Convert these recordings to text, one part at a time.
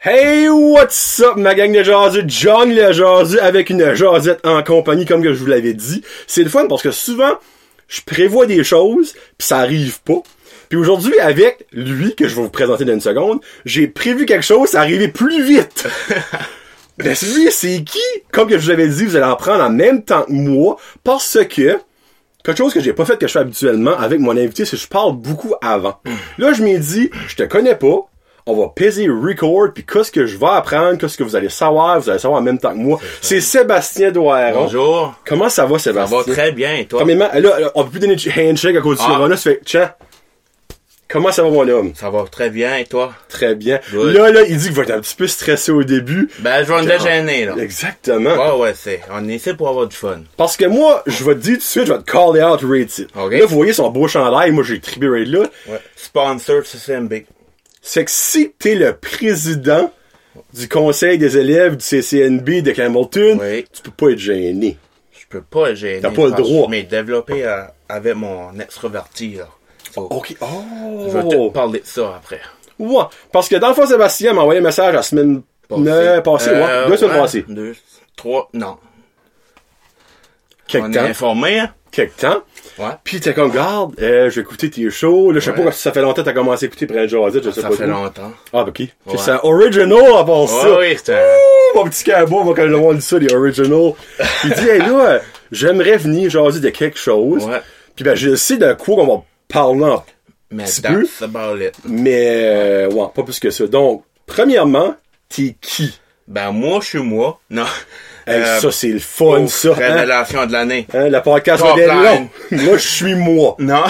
Hey, what's up, ma gang de jaseux, John le jaseux, avec une jasette en compagnie, comme que je vous l'avais dit. C'est le fun parce que souvent, je prévois des choses, pis ça arrive pas. Puis aujourd'hui, avec lui, que je vais vous présenter dans une seconde, j'ai prévu quelque chose, ça arrivait plus vite. Ben, lui, c'est qui? Comme que je vous l'avais dit, vous allez en prendre en même temps que moi, parce que quelque chose que j'ai pas fait que je fais habituellement avec mon invité, c'est que je parle beaucoup avant. Là, je m'ai dit, je te connais pas, on va peser record, puis qu'est-ce que je vais apprendre, qu'est-ce que vous allez savoir en même temps que moi. C'est Sébastien Doiron. Bonjour. Comment ça va, Sébastien? Ça va très bien, et toi? Premièrement, là, on peut plus donner de handshake à cause du corona, ça fait, tiens, comment ça va, mon homme? Ça va très bien, et toi? Très bien. Good. Là, il dit qu'il va être un petit peu stressé au début. Ben, je vais me dégêner, là. Exactement. Ouais, on est ici pour avoir du fun. Parce que moi, je vais te dire tout de suite, je vais te call out Rated. Okay. Là, vous voyez son beau chandail, moi j'ai tribé Rated là. Ouais. Sponsor CCMB. C'est que si t'es le président du conseil des élèves du CCNB de Campbellton, Oui. tu peux pas être gêné. Je peux pas être gêné. T'as pas le parce que droit. Je m'ai développé avec mon extroverti, là. So, Ok, je vais te oh! parler de ça après. Ouais, parce que dans le fond, Sébastien m'a envoyé un message la semaine passée, ouais, 2 semaines passées. 2, 3, non. Quelque On est temps. informé, hein? Quelque temps. Ouais. Pis t'es comme, garde, je vais écouter tes shows. Là, je sais Ouais. pas quand ça fait longtemps que t'as commencé à écouter Prince Josette, je sais Ça pas fait trop. longtemps. Ah, ok. Ouais. C'est un original à part ça. Oui, c'est un... Ouh, mon petit cabot, moi, quand le monde dit ça, les original. Il dit, hey, là, j'aimerais venir jaser de quelque chose. Ouais. Pis ben, je sais de quoi qu'on va parler un Mais petit peu. that's about it. Mais, ouais, pas plus que ça. Donc, premièrement, t'es qui? Ben, moi, je suis moi. Non. Hey, ça, c'est le fun, ça. Hein? Révélation de l'année. Hein, le podcast Top va être long. line. Moi, je suis moi. Non.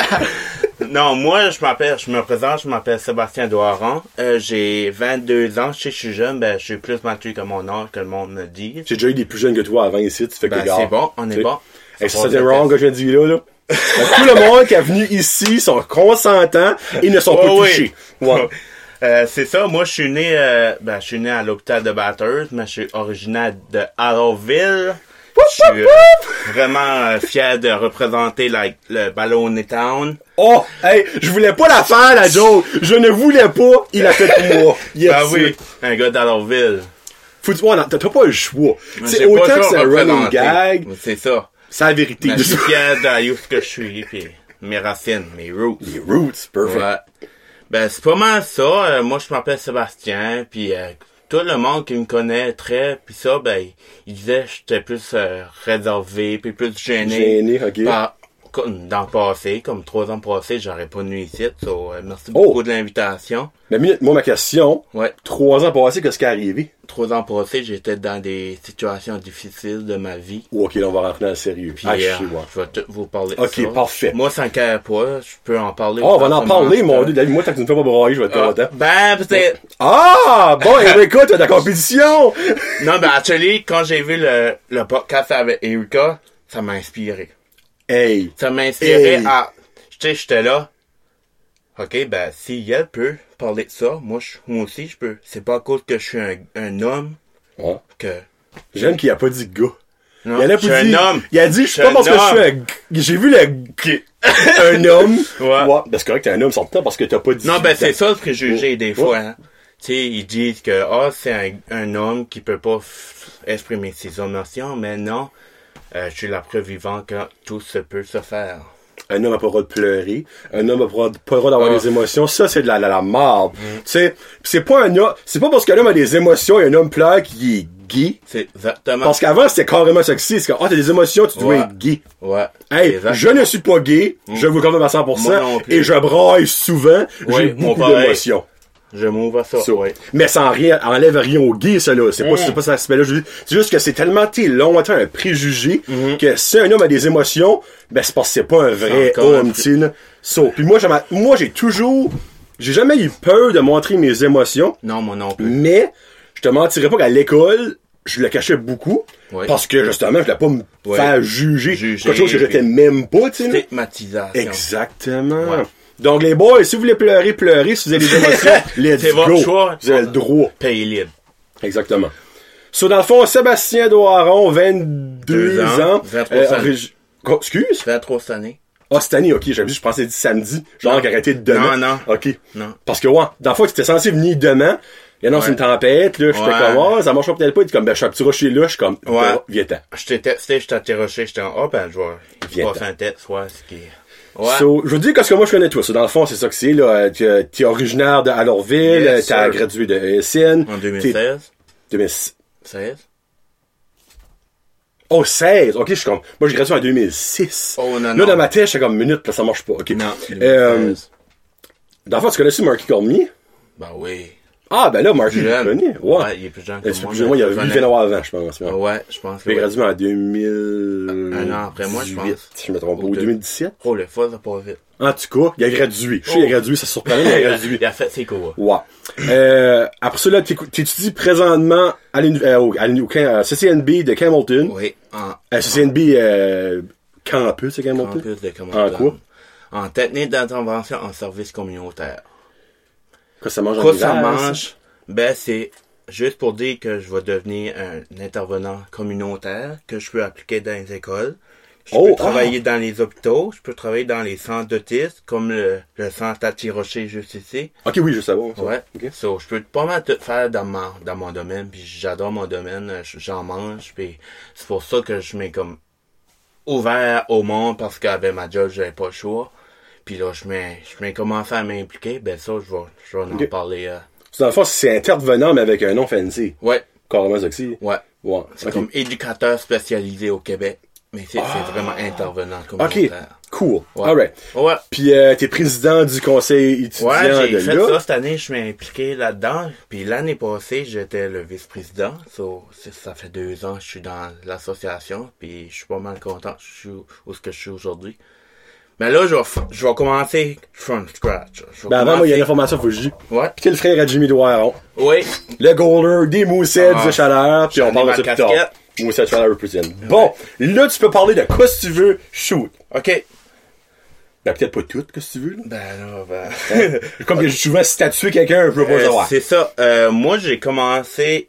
Non, moi, je me présente, je m'appelle Sébastien Doiron. J'ai 22 ans. Je sais que je suis jeune, ben, je suis plus mature que mon âge, que le monde me dit. J'ai déjà eu des plus jeunes que toi avant ici, tu fais que Ben, gars. c'est bon, on est bon. Hey, ça, passe c'est le wrong test. que je viens de dire là. Tout le monde qui est venu ici sont consentants et ne sont pas Oh, oui. touchés. Ouais. C'est ça, moi je suis né à l'hôpital de Bathurst, mais je suis originaire de Harrowville. Je suis vraiment fier de représenter le Balloney Town. Oh, hey, je voulais pas la faire, la joke. Je ne voulais pas, il a fait pour moi. Yes. Ah oui, un gars d'Harrowville. Ouais, non, t'as pas le choix. C'est J'ai pas autant ça que c'est un running représenté. gag, C'est ça. c'est la vérité. Mais je suis fier de où que je suis, pis mes racines, mes roots. Les roots, perfect. Ouais. Ben, c'est pas mal ça. Moi, je m'appelle Sébastien, puis tout le monde qui me connaîtrait, puis ça, ben, il disait que j'étais plus réservé, puis plus gêné. Gêné, ok. Dans le passé, comme 3 ans passés, j'aurais pas venu ici. Merci beaucoup de l'invitation. Mais minute, moi, ma question, Ouais. 3 ans passés, qu'est-ce qui est arrivé? 3 ans passés, j'étais dans des situations difficiles de ma vie. Oh, ok, là, on va rentrer dans le sérieux. Puis, Je sais, ouais. je vais tout vous parler de Ok, ça. parfait. Moi, ça me carre pas. Je peux en parler. Oh, on va en parler, mon Dieu. dieu. Moi, tant que tu me fais pas brailler, je vais être content. Ben, peut-être. Ah! Bon, Erika, t'as de la compétition! Non, ben, actually, quand j'ai vu le podcast avec Erika, ça m'a inspiré. Hey! Ça m'a inspiré Hey. à... Tu sais, j'étais là. OK, ben, si elle peut parler de ça, moi aussi, je peux. C'est pas à cause que je suis un homme Ouais. que... J'aime qu'il a pas dit gars. Non, Il a je suis un homme. Il a dit, je sais Je pas suis parce que un je suis un j'ai vu le un homme. Ouais. Ben, c'est correct, t'es un homme, sans temps parce que t'as pas dit. Non, ben, c'est ça le préjugé des fois, Ouais. hein. Tu sais, ils disent que, c'est un homme qui peut pas exprimer ses émotions, mais non. Je suis la preuve vivante que tout se peut se faire. Un homme a pas le droit de pleurer. Un homme a pas le droit d'avoir des émotions. Ça, c'est de la marde. Tu sais, c'est pas c'est pas parce qu'un homme a des émotions et un homme pleure qu'il est gay. C'est exactement... Parce qu'avant, c'était carrément sexy. C'est que, t'as des émotions, tu dois Ouais. être gay. Ouais. Hey, Exactement. je ne suis pas gay. Je vous le confirme à 100%. Moi non plus. Et je braille souvent. Ouais, J'ai moi beaucoup pareil. d'émotions. Je m'ouvre à ça, Ça. ouais. Mais sans rien, enlève rien au gay, ça, là. C'est pas cet aspect-là. C'est juste que c'est tellement, longtemps un préjugé que si un homme a des émotions, ben, c'est parce que c'est pas un vrai C'est encore homme, tu sais, là. So, puis moi, j'ai jamais eu peur de montrer mes émotions, Non, moi non plus. mais je te mentirais pas qu'à l'école, je le cachais beaucoup. Ouais. Parce que, justement, je voulais pas me faire juger. Juger, Quelque chose que j'étais même pas, tu sais, là. Stigmatisation. Exactement. Ouais. Donc, les boys, si vous voulez pleurer, pleurez. Si vous avez des émotions, let's C'est go. votre choix. Vous avez le droit. Pays libre. Exactement. So, dans le fond, Sébastien Doiron, 22 ans. 23 ans. Excuse? 23 cette année. Ah, cette année, ok. Je pensais dit samedi. Genre, Non. qu'il arrêtait de demain. Non. Ok. Non. Parce que, ouais, dans le fond, tu étais censé venir demain. Il annonce une tempête, là, j'étais comme, oh, ça marchera peut-être pas. Il dit comme, ben, je suis un petit rocher là, je suis comme, viens-t'en. J'étais testé, j'étais atterroché, j'étais en, ben, je vais passer un test, ce qui est... Ouais. So, je veux dire, qu'est-ce que moi je connais toi. So, dans le fond, c'est ça que c'est, là. T'es originaire de Alortville, yes, t'as gradué de ESN. En 2016. 2016. Oh, 16! Ok, je suis comme, moi j'ai gradué en 2006. Oh, non, là, dans ma tête, j'étais comme, minute, là, ça marche pas. Ok. Non, dans le fond, tu connais-tu Marky Cormier? Ben oui. Ah, ben là, Marky, je connais. Ouais, il est plus jeune que moi. Plus jeune, il y a 8 ans avant, je pense. Ouais, je pense que il a gradué en 2000. Un an après moi, je pense. Si je me trompe pas. Ou 2017? Oh, le fois, ça pas vite. En tout cas, il a gradué. Je sais, il a gradué, ça surprenait, mais il a gradué. Il a fait ses cours. Ouais. Après ça, là, t'étudies présentement au CCNB de Campbellton. Oui. CCNB, Campus de Campbellton. Campus de Campbellton. En quoi? En technique d'intervention en service communautaire. Quoi ça mange en Quoi hiver, ça mange? Ben, c'est juste pour dire que je vais devenir un intervenant communautaire, que je peux appliquer dans les écoles. Je peux travailler dans les hôpitaux, je peux travailler dans les centres d'autisme, comme le centre à Tirocher juste ici. Ok, oui, je sais bon. Ouais. Okay. So, je peux pas mal tout faire dans mon domaine, puis j'adore mon domaine, j'en mange, puis c'est pour ça que je mets comme ouvert au monde, parce qu'avec ma job, j'avais pas le choix. Puis là, je mets commencé à m'impliquer, ben ça, je vais en parler. Dans le fond, c'est intervenant, mais avec un nom fancy. Ouais. Carrément sexy. Ouais. Ouais. C'est comme éducateur spécialisé au Québec. Mais c'est vraiment intervenant communautaire. Ok, cool. Ouais. Alright. Ouais. Puis t'es président du conseil étudiant de là. Ouais, j'ai fait ça cette année, je m'ai impliqué là-dedans. Puis l'année passée, j'étais le vice-président. Ça fait 2 ans que je suis dans l'association. Puis je suis pas mal content où je suis aujourd'hui. Mais là, je vais commencer from scratch. Avant, moi, il y a une information, faut que je dise. Ouais. Puis t'es le frère à Jimmy Doiron. Oui. Le goaler des Moussettes de Chaleur. Puis on parle de ça plus tard. Moussette Chaleur represent. Bon, là, tu peux parler de quoi si tu veux, shoot. OK. Ben, peut-être pas tout, que si tu veux, là. Ben, non, Comme que j'ai souvent statué quelqu'un, je veux pas savoir. C'est ça. Moi, j'ai commencé,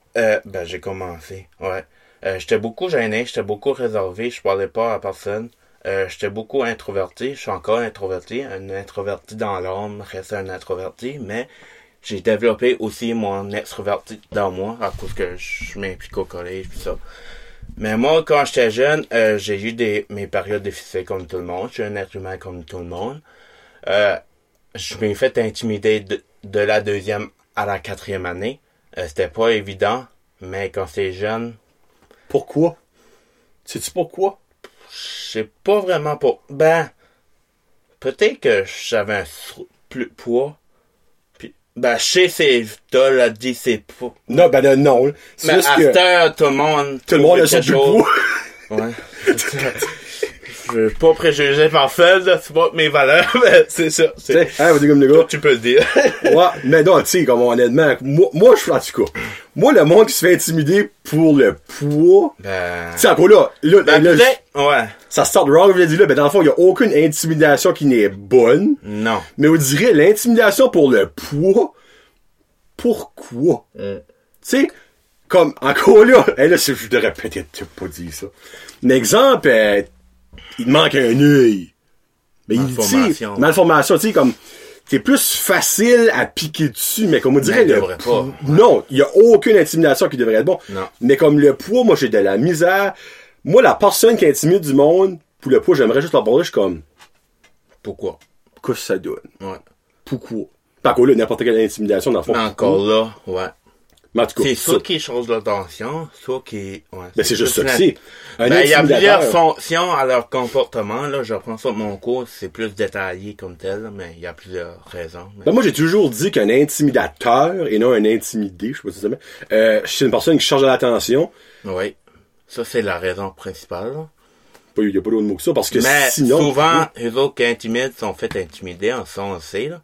ouais. J'étais beaucoup gêné, j'étais beaucoup réservé, je parlais pas à personne. J'étais beaucoup introverti, je suis encore introverti. Un introverti dans l'âme reste un introverti, mais j'ai développé aussi mon extroverti dans moi, à cause que je m'implique au collège, pis ça. Mais moi, quand j'étais jeune, j'ai eu mes périodes difficiles comme tout le monde. Je suis un être humain comme tout le monde. Je m'ai fait intimider de la 2e à la 4e année. C'était pas évident, mais quand c'est jeune... Pourquoi? Sais-tu pourquoi? Je sais pas vraiment pour... Ben, peut-être que j'avais un plus poids. Puis, ben, je sais c'est... Dol a dit c'est pas... Non, ben non. Mais à cette heure, tout le monde a son plus poids. Ouais. Je veux pas préjuger parfait, là, c'est pas mes valeurs, mais c'est ça. Hein, vas-y comme le gars. Tu peux le dire. Ouais, mais non, tu sais, comme honnêtement, moi, je suis en tout cas. Moi, le monde qui se fait intimider pour le poids. Ben. Tu sais, encore là, ouais. Ça start wrong, je l'ai dit là, mais dans le fond, il y a aucune intimidation qui n'est bonne. Non. Mais on dirait l'intimidation pour le poids. Pourquoi? Tu sais, comme, encore là, je devrais peut-être pas dire ça. Un exemple, il te manque un œil. Mais malformation. Malformation, tu sais, comme, t'es plus facile à piquer dessus, mais comme on dirait, pas. Non, il y a aucune intimidation qui devrait être bon. Non. Mais comme le poids, moi, j'ai de la misère. Moi, la personne qui intimide du monde, pour le poids, j'aimerais juste leur parler, je suis comme, pourquoi? Qu'est-ce que ça donne? Ouais. Pourquoi? Pas quoi, là, n'importe quelle intimidation, dans le fond. Mais encore là, ouais. Mais en tout cas, c'est ça qui change l'attention, soit qui... Ouais, ben c'est juste ça que c'est. Il y a plusieurs fonctions à leur comportement, là, je reprends ça de mon cours, c'est plus détaillé comme tel, mais il y a plusieurs raisons. Mais... Ben moi, j'ai toujours dit qu'un intimidateur, et non un intimidé, je sais pas si ça s'appelle, c'est une personne qui charge de l'attention. Oui. Ça, c'est la raison principale, là. Il n'y a pas d'autre mot que ça, parce que mais sinon... souvent, les autres qui intimident sont fait intimider, en ça, on le sait, là.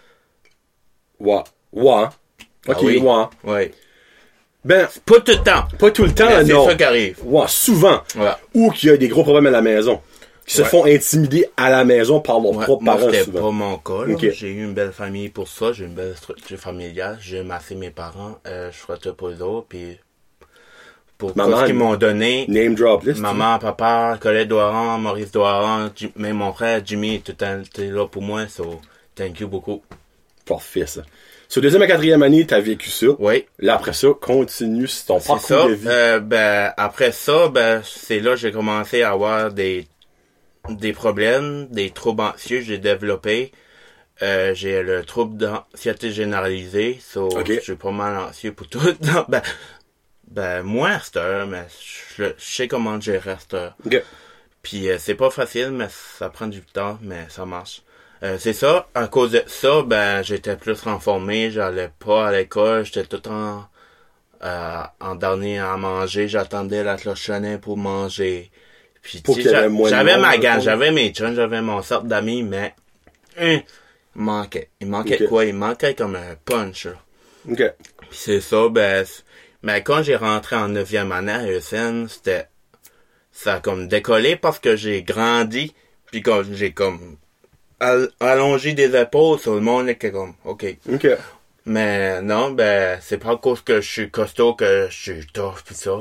Ouais. Ok, oui. Ouais. Oui. Ben, pas tout le temps. Pas tout le temps, mais non. C'est ça qui arrive. Ouais, souvent. Ouais. Ou qu'il y a des gros problèmes à la maison. Qui se font intimider à la maison par leurs propres parents, c'était souvent. pas mon cas, là. Okay. J'ai eu une belle famille pour ça. J'ai une belle structure familiale. J'aime assez mes parents. Je ferai tout pour eux autres. Puis, pour ce qu'ils m'ont donné. Name drop list. Maman, papa, Colette Doiron, Maurice Doiron, même mon frère, Jimmy, tout était là pour moi. So, thank you beaucoup. parfait, ça. Sur deuxième et quatrième année, t'as vécu ça. Oui. Là, après ça, continue sur ton C'est parcours ça. de vie. Après ça, c'est là que j'ai commencé à avoir des problèmes, des troubles anxieux que j'ai développés. J'ai le trouble d'anxiété généralisée, Ok. je suis pas mal anxieux pour tout. Moi, à cette heure, mais je sais comment gérer à cette heure. Ok. Puis c'est pas facile, mais ça prend du temps, mais ça marche. C'est ça, à cause de ça, j'étais plus renformé, j'allais pas à l'école, j'étais tout en dernier à manger, j'attendais la cloche sonnait pour manger. Puis Pour qu'il y avait moins de j'avais monde, ma dans le gang, fond. j'avais mes chums, j'avais mon cercle d'amis, mais il manquait. Il manquait Ok. quoi? Il manquait comme un punch, là. Ok. Puis c'est ça, quand j'ai rentré en 9e année à ESN, ça a comme décollé parce que j'ai grandi, puis quand j'ai comme allongé des épaules sur le monde, était comme, ok. Ok. Mais non, c'est pas à cause que je suis costaud que je suis tough pis ça,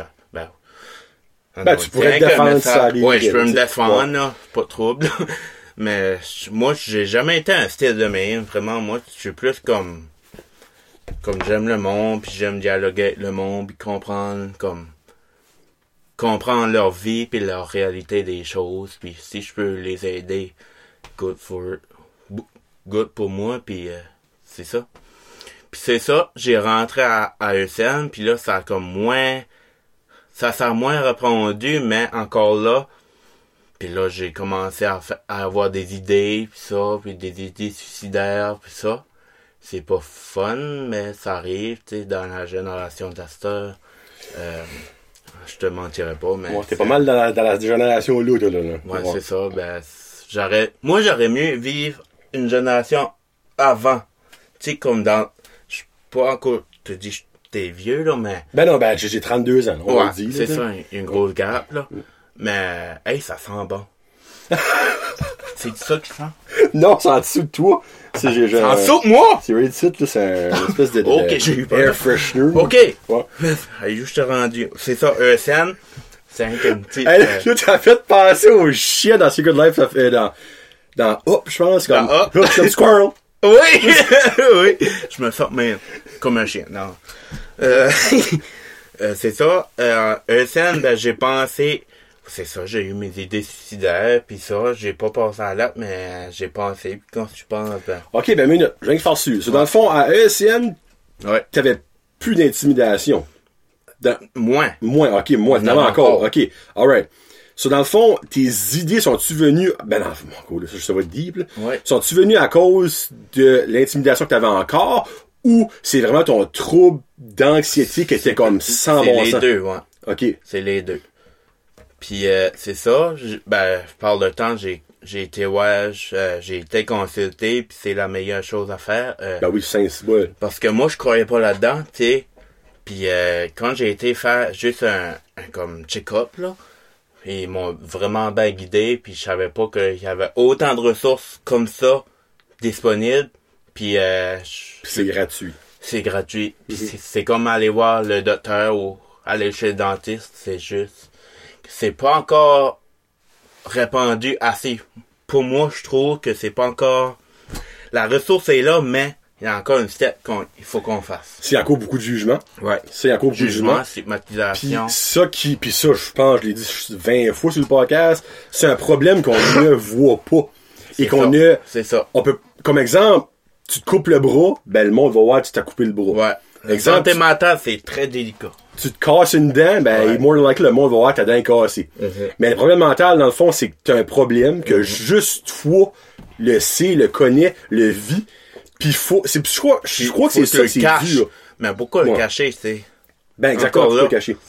Tu pourrais te défendre si ça arrive. Ouais, je peux me tu sais. défendre, Ouais. là, pas de trouble. Mais moi, j'ai jamais été un style de même. Vraiment, moi, je suis plus comme j'aime le monde, puis j'aime dialoguer avec le monde, puis comprendre leur vie, puis leur réalité des choses, puis si je peux les aider, good pour moi, puis c'est ça. Puis c'est ça, j'ai rentré à ESN, puis là, ça s'est moins répandu, mais encore là. Puis là, j'ai commencé à avoir des idées, puis ça, puis des idées suicidaires, puis ça. C'est pas fun, mais ça arrive, tu sais, dans la génération d'Astor. Je te mentirais pas, mais... Ouais, t'es pas mal dans la génération là, là. Ouais, c'est ça, moi, j'aurais mieux vivre une génération avant. Tu sais, comme dans... Je suis pas encore... Tu te dis, t'es vieux, là, mais... Non, j'ai 32 ans, on ouais, le dit. c'est là. ça, une grosse gap, là. Mais, hey, ça sent bon. C'est ça qui sent? Non, c'est en dessous de toi. C'est En dessous de moi? C'est Red Sit, là, c'est une espèce de Ok, j'ai eu peur. air freshener. Ok. Ouais. Hey, je t'ai rendu. C'est ça, ESN. C'est un petit... Hey, là, t'as fait penser au chien dans Secret Life, ça fait dans Up, je pense, comme, Dans Up. comme Squirrel. Oui! Oui! Je me sens même comme un chien, non. C'est ça, ESN, j'ai pensé... C'est ça, j'ai eu mes idées suicidaires, pis ça, j'ai pas passé à l'acte, mais j'ai pensé, pis quand tu penses, Ok, minute, je viens de faire dessus. Dans le fond, à ESN, ouais. t'avais plus d'intimidation. Moins. Moins, ok, moins, Non, t'en as encore. encore. Ok, alright. Dans le fond, tes idées sont-tu venues... non, ça va être deep, là. Ouais. Sont-tu venues à cause de l'intimidation que t'avais encore, ou c'est vraiment ton trouble d'anxiété qui était comme sans bon sens? C'est les deux, ouais. Ok. C'est les deux. Puis c'est ça, par le temps, j'ai été j'ai été consulté, puis c'est la meilleure chose à faire. Oui, c'est ouais. Parce que moi, je croyais pas là-dedans, tu sais. Puis quand j'ai été faire juste un comme check-up, là, ils m'ont vraiment bien guidé, puis je savais pas qu'il y avait autant de ressources comme ça disponibles. Puis C'est gratuit. c'est gratuit. C'est comme aller voir le docteur ou aller chez le dentiste, c'est juste... C'est pas encore répandu assez. Pour moi, je trouve que c'est pas encore... La ressource est là, mais il y a encore une step qu'il faut qu'on fasse. C'est encore beaucoup de jugement. Ouais. C'est encore beaucoup de jugement. Puis stigmatisation. ça, je pense, je l'ai dit 20 fois sur le podcast, c'est un problème qu'on ne voit pas. Et qu'on ne... C'est ça. On peut, comme exemple, tu te coupes le bras, le monde va voir que tu t'as coupé le bras. Ouais. Exemple, Santé mentale, c'est très délicat. tu te casses une dent, Ouais. more than likely, le monde va voir que ta dent est cassée. Mais le problème mental, dans le fond, c'est que t'as un problème que juste toi le sais, le connais, le vis. Puis je crois que c'est ça que c'est dû, là. Mais pourquoi le cacher, c'est... Exactement, Encore tu peux là. le cacher.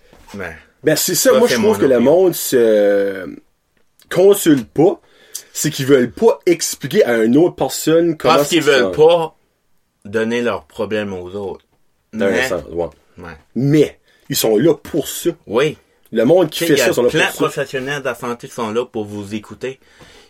Mais... C'est ça, Ça, moi c'est je trouve mon que le opinion. monde se consulte pas, c'est qu'ils veulent pas expliquer à une autre personne comment Parce qu'ils c'est veulent pas donner leurs problèmes aux autres. Dans un Mais... sens, ouais. Ouais. Mais, ils sont là pour ça. Oui. Le monde qui Tu sais, fait ça sont là plein de pour ça. professionnels de la santé qui sont là pour vous écouter.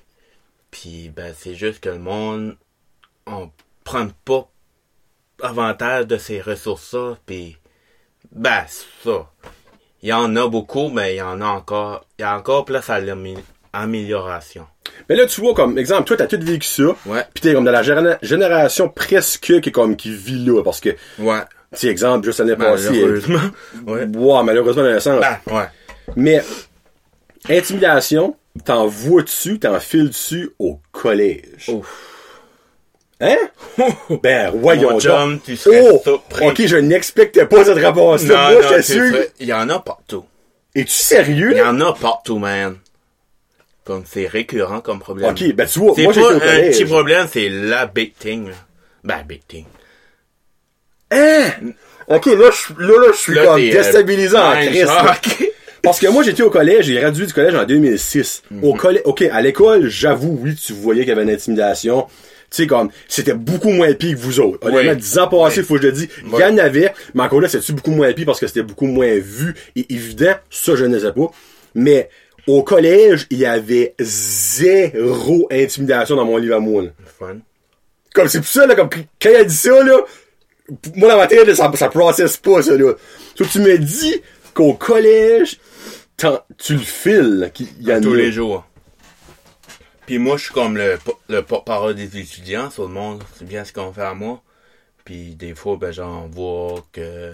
Puis, c'est juste que le monde, on prend pas avantage de ces ressources-là. Puis, ça. Il y en a beaucoup, mais il y en a encore. Il y a encore place à amélioration. Mais là, tu vois, comme exemple, toi, t'as tout vécu ça. Ouais. Pis t'es comme dans la génération presque qui vit là. Parce que, Ouais. tu sais, exemple, juste l'année passée. Malheureusement. Ouais. Ouais, malheureusement, dans le sens. Ben, ouais. Mais, intimidation, t'en vois dessus, t'en files dessus au collège. Ouf. Hein? Ben, voyons Mon chum, donc. tu serais surpris. Ok, je n'expectais pas cette réponse-là. Moi, j'étais sûr. Il y en a partout. Es-tu sérieux? Il y en a partout, man. Comme c'est récurrent comme problème. Ok, ben tu vois, C'est moi j'étais au pas un collège. petit problème, c'est la big thing. Là. Ben, big thing. Hein? Ok, là, je suis Là, comme t'es, déstabilisé en mind Christ. là. shock. Parce que moi, j'étais au collège, j'ai gradué du collège en 2006. Au collège, ok, à l'école, j'avoue, oui, tu voyais qu'il y avait une intimidation. Tu sais, comme, c'était beaucoup moins pire que vous autres. Honnêtement, Oui. 10 ans passés, Oui. faut que je le dise, il y en avait, mais encore là, c'était beaucoup moins pire parce que c'était beaucoup moins vu et évident. Ça, je ne sais pas. Mais, au collège, il y avait zéro intimidation dans mon livre à moi, là. Fun. Comme, c'est pour ça, là, comme, quand il a dit ça, là, moi, dans ma tête, là, ça processe pas, ça, là. So, tu me dis qu'au collège, tu le files, qu'il y en a. Tous les jours. Puis moi, je suis comme le porte-parole des étudiants sur le monde. C'est bien ce qu'on fait à moi. Puis des fois, ben, j'en vois que...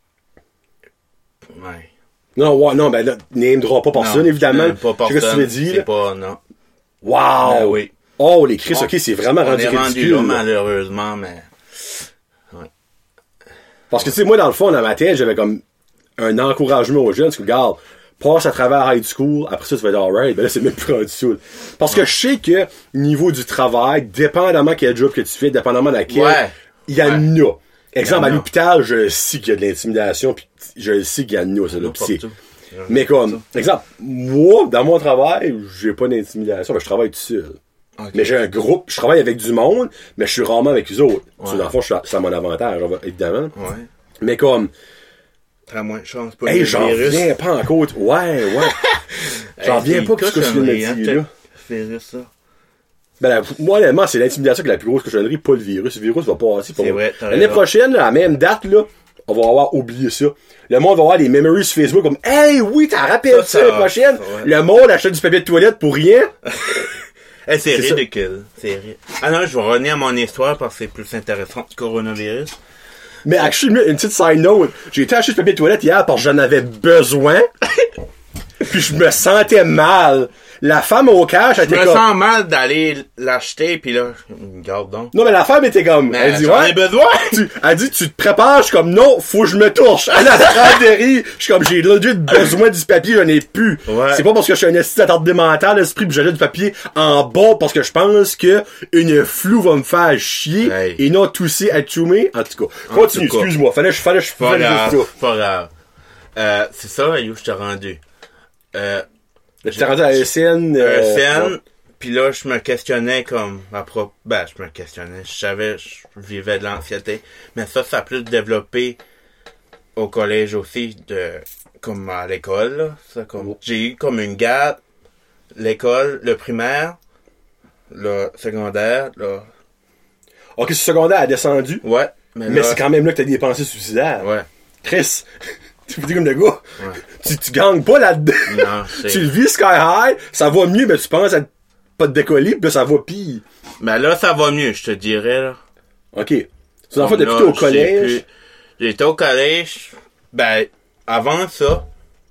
Ouais. Non, ouais, non, ben là, name drop pas personne, Non, évidemment. pas Je sais ce que tu veux personne. dire, C'est là. pas, non. Wow! Ben oui. Oh, les Chris, ok, c'est vraiment rendu On est rendu ridicule. là, là. malheureusement, mais... Parce que, tu sais, moi, dans le fond, dans ma tête, j'avais comme un encouragement aux jeunes. C'est que, regarde, passe à travers high school, après ça, tu vas être alright. Ben là, c'est même plus rendu ça. Parce que je sais que, niveau du travail, dépendamment quel job que tu fais, dépendamment de laquelle, Ouais. il y en a. Exemple, Il y en à a. l'hôpital, je sais qu'il y a de l'intimidation, puis je sais qu'il y en a, ça, là. Puis c'est- Partout. Mais comme, exemple, moi, dans mon travail, j'ai pas d'intimidation, ben, je travaille tout seul. Ok. Mais j'ai un groupe, je travaille avec du monde, mais je suis rarement avec eux autres. Ouais. So, dans le fond, c'est à mon avantage, évidemment. Ouais. Mais comme, T'as moins de chance pour hey, le j'en virus. reviens pas en côte. Ouais. J'en reviens pas que ce que tu viens de dire, là. Virus, ça. Ben, moi, honnêtement, c'est l'intimidation qui est la plus grosse cochonnerie, pas le virus. Le virus va passer. C'est vrai, t'as L'année raison. prochaine, là, à la même date, là, on va avoir oublié ça. Le monde va avoir des memories sur Facebook comme, hey, oui, t'en rappelles ça l'année prochaine? ouais. Le monde achète du papier de toilette pour rien. Eh, c'est C'est ça. ridicule. Ah non, je vais revenir à mon histoire parce que c'est plus intéressant du coronavirus. Mais actually, une petite side note, j'ai été acheter du papier de toilette hier parce que j'en avais besoin. Puis je me sentais mal. La femme au cash, elle Je était me comme... sens mal d'aller l'acheter puis là, garde donc. Non, mais la femme était comme... Mais elle dit, j'en ouais. ai besoin! Elle dit, tu te prépares? Je suis comme, non, faut que je me touche. Elle a train de rire. Je suis comme, j'ai legit besoin du papier, j'en ai plus. Ouais. C'est pas parce que je suis un esti attardé mental, l'esprit, puis j'achète du papier en bas parce que je pense que une flou va me faire chier Hey. et non tousser à choumer. En tout cas, continue, tout cas. excuse-moi. Fallait que je Pas fasse ça. grave, pas grave. C'est ça, où je t'ai rendu. J'étais rendu à ESN. scène, puis là, je me questionnais comme je me questionnais. Je savais, je vivais de l'anxiété. Mais ça a plus développé au collège aussi, comme à l'école, là. Ça, comme, j'ai eu comme une garde, l'école, le primaire, le secondaire, là. Ok, ce secondaire a descendu. Ouais. Mais là, c'est quand même là que t'as des pensées suicidaires. Ouais. Chris, tu fais comme le gars. Ouais. Tu gagnes pas là-dedans. Non, Tu le vis sky high, ça va mieux, mais tu penses à pas te décoller, pis là, ça va pire. Mais là, ça va mieux, je te dirais, là. Ok. Tu en fait Là, depuis au collège. J'étais au collège. Ben, avant ça,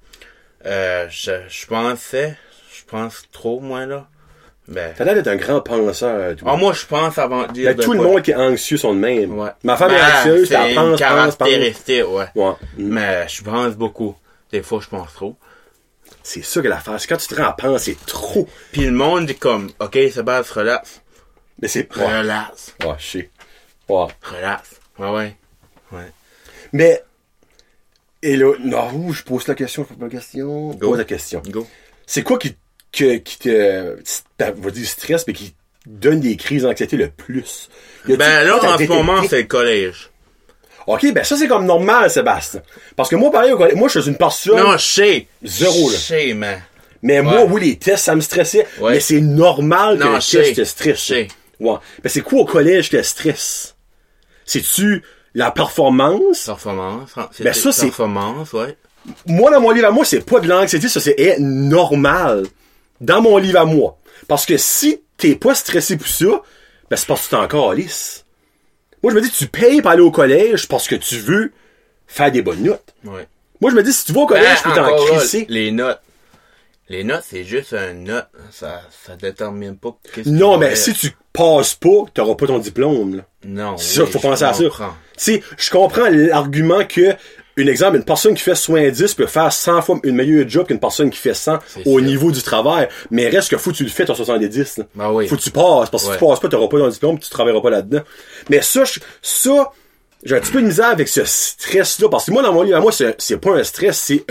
je pense trop, moi, là. Ben, T'as l'air d'être un grand penseur. Toi. moi, je pense avant de dire Ben, de tout le quoi. monde qui est anxieux sont de même. Ouais. Ma femme est Ben, anxieuse, c'est elle une pense. caractéristique, ouais. Ouais. Mais je pense beaucoup. Des fois, je pense trop. C'est ça que l'affaire. C'est quand tu te rends à penser trop. Puis le monde dit comme, OK, Sébastien, relax. Mais c'est... Ouais. Relax. Ouais, je sais. Ouais. Relax. Ouais. Mais... Et là... Non, je pose la question, je pose la question. Go. Pose la question. Go. C'est quoi qui te... On va dire stress, mais qui donne des crises d'anxiété le plus? Ben là, en ce moment, c'est le collège. Ok, ben ça c'est comme normal, Sébastien. Parce que moi, pareil au collège, moi je suis une personne... Non, je sais. Zéro, là. Je sais, man. Mais moi, Ouais. oui, les tests, ça me stressait. Ouais. Mais c'est normal que Non, les je sais. tests te stressent. Je sais. Ouais. Ben c'est quoi au collège qui te stresse? C'est-tu la performance? Performance. Ben, ça, c'est- Performance, ouais. Moi, dans mon livre à moi, c'est pas de l'anxiété, ça c'est normal. dans mon livre à moi. Parce que si t'es pas stressé pour ça, ben c'est parce que tu t'es encore lisse. Moi, je me dis, tu payes pour aller au collège parce que tu veux faire des bonnes notes. Ouais. Moi, je me dis, si tu vas au collège, tu peux t'en crisser. Les notes, c'est juste une note. Ça détermine pas qu'est-ce Non, mais si tu passes pas, t'auras pas ton diplôme, là. Non. C'est ça, faut penser à ça. Tu sais, je comprends l'argument que, une personne qui fait 70 peut faire 100 fois une meilleure job qu'une personne qui fait 100 au niveau du travail. Mais reste que faut que tu le fais ton 70, là. Ben oui. Faut que tu passes. Parce que si tu passes pas, t'auras pas ton diplôme, tu travailleras pas là-dedans. Mais ça, j'ai un petit peu de misère avec ce stress-là. Parce que moi, dans mon livre, moi, c'est pas un stress, c'est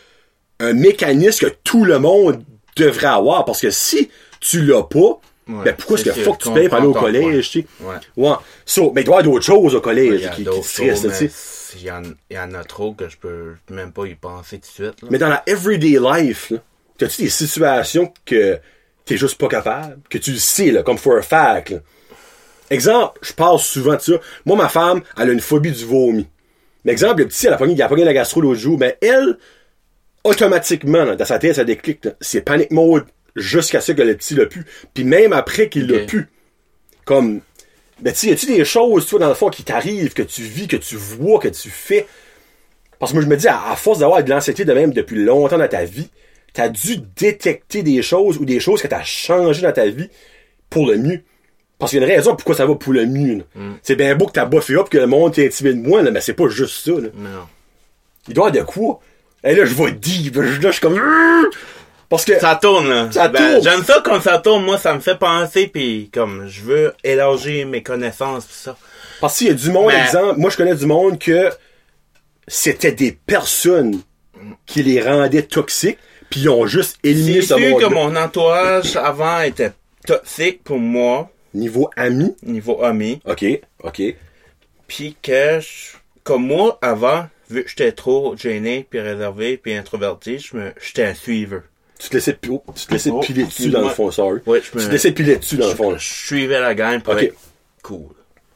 un mécanisme que tout le monde devrait avoir. Parce que si tu l'as pas, ben pourquoi est-ce qu'il faut que tu payes pour aller au collège, tu sais? Ouais. Mais il doit y avoir d'autres choses au collège qui stressent, tu sais. Il y en a trop que je peux même pas y penser tout de suite. Là. Mais dans la everyday life, là, t'as-tu des situations que t'es juste pas capable, que tu le sais, là, comme for a fact, là. Exemple, je parle souvent de ça. Moi, ma femme, elle a une phobie du vomi. Mais exemple, le petit, il a pogné la gastro l'autre jour, mais elle, automatiquement, là, dans sa tête, ça déclic, là, c'est panic mode jusqu'à ce que le petit l'a pu. Puis même après qu'il l'a pu. Comme, ben, tu sais, y a-tu des choses, toi, dans le fond, qui t'arrivent, que tu vis, que tu vois, que tu fais? Parce que moi, je me dis, à force d'avoir de l'anxiété de même depuis longtemps dans ta vie, t'as dû détecter des choses ou des choses que t'as changé dans ta vie pour le mieux. Parce qu'il y a une raison pourquoi ça va pour le mieux. C'est bien beau que t'as buffé up, que le monde t'intimide moins, là, mais c'est pas juste ça. Là. Non. Il doit y avoir de quoi? Et là, je vois deep. Là, je suis comme... Parce que... Ça tourne, là. Ça tourne. J'aime ça quand ça tourne. Moi, ça me fait penser, puis comme, je veux élargir mes connaissances, pis ça. Parce qu'il y a du monde, exemple... Moi, je connais du monde que c'était des personnes qui les rendaient toxiques, puis ils ont juste éliminé ce monde-là. C'est sûr que mon entourage avant était toxique pour moi. Niveau ami? Niveau ami. OK. Puis que, comme moi, avant, vu que j'étais trop gêné, puis réservé, puis introverti, j'étais un suiveur. Tu te laissais piler dessus dans le fond, sorry. Ouais, tu te laissais piler dessus dans le fond. Je suivais la gang pour être cool.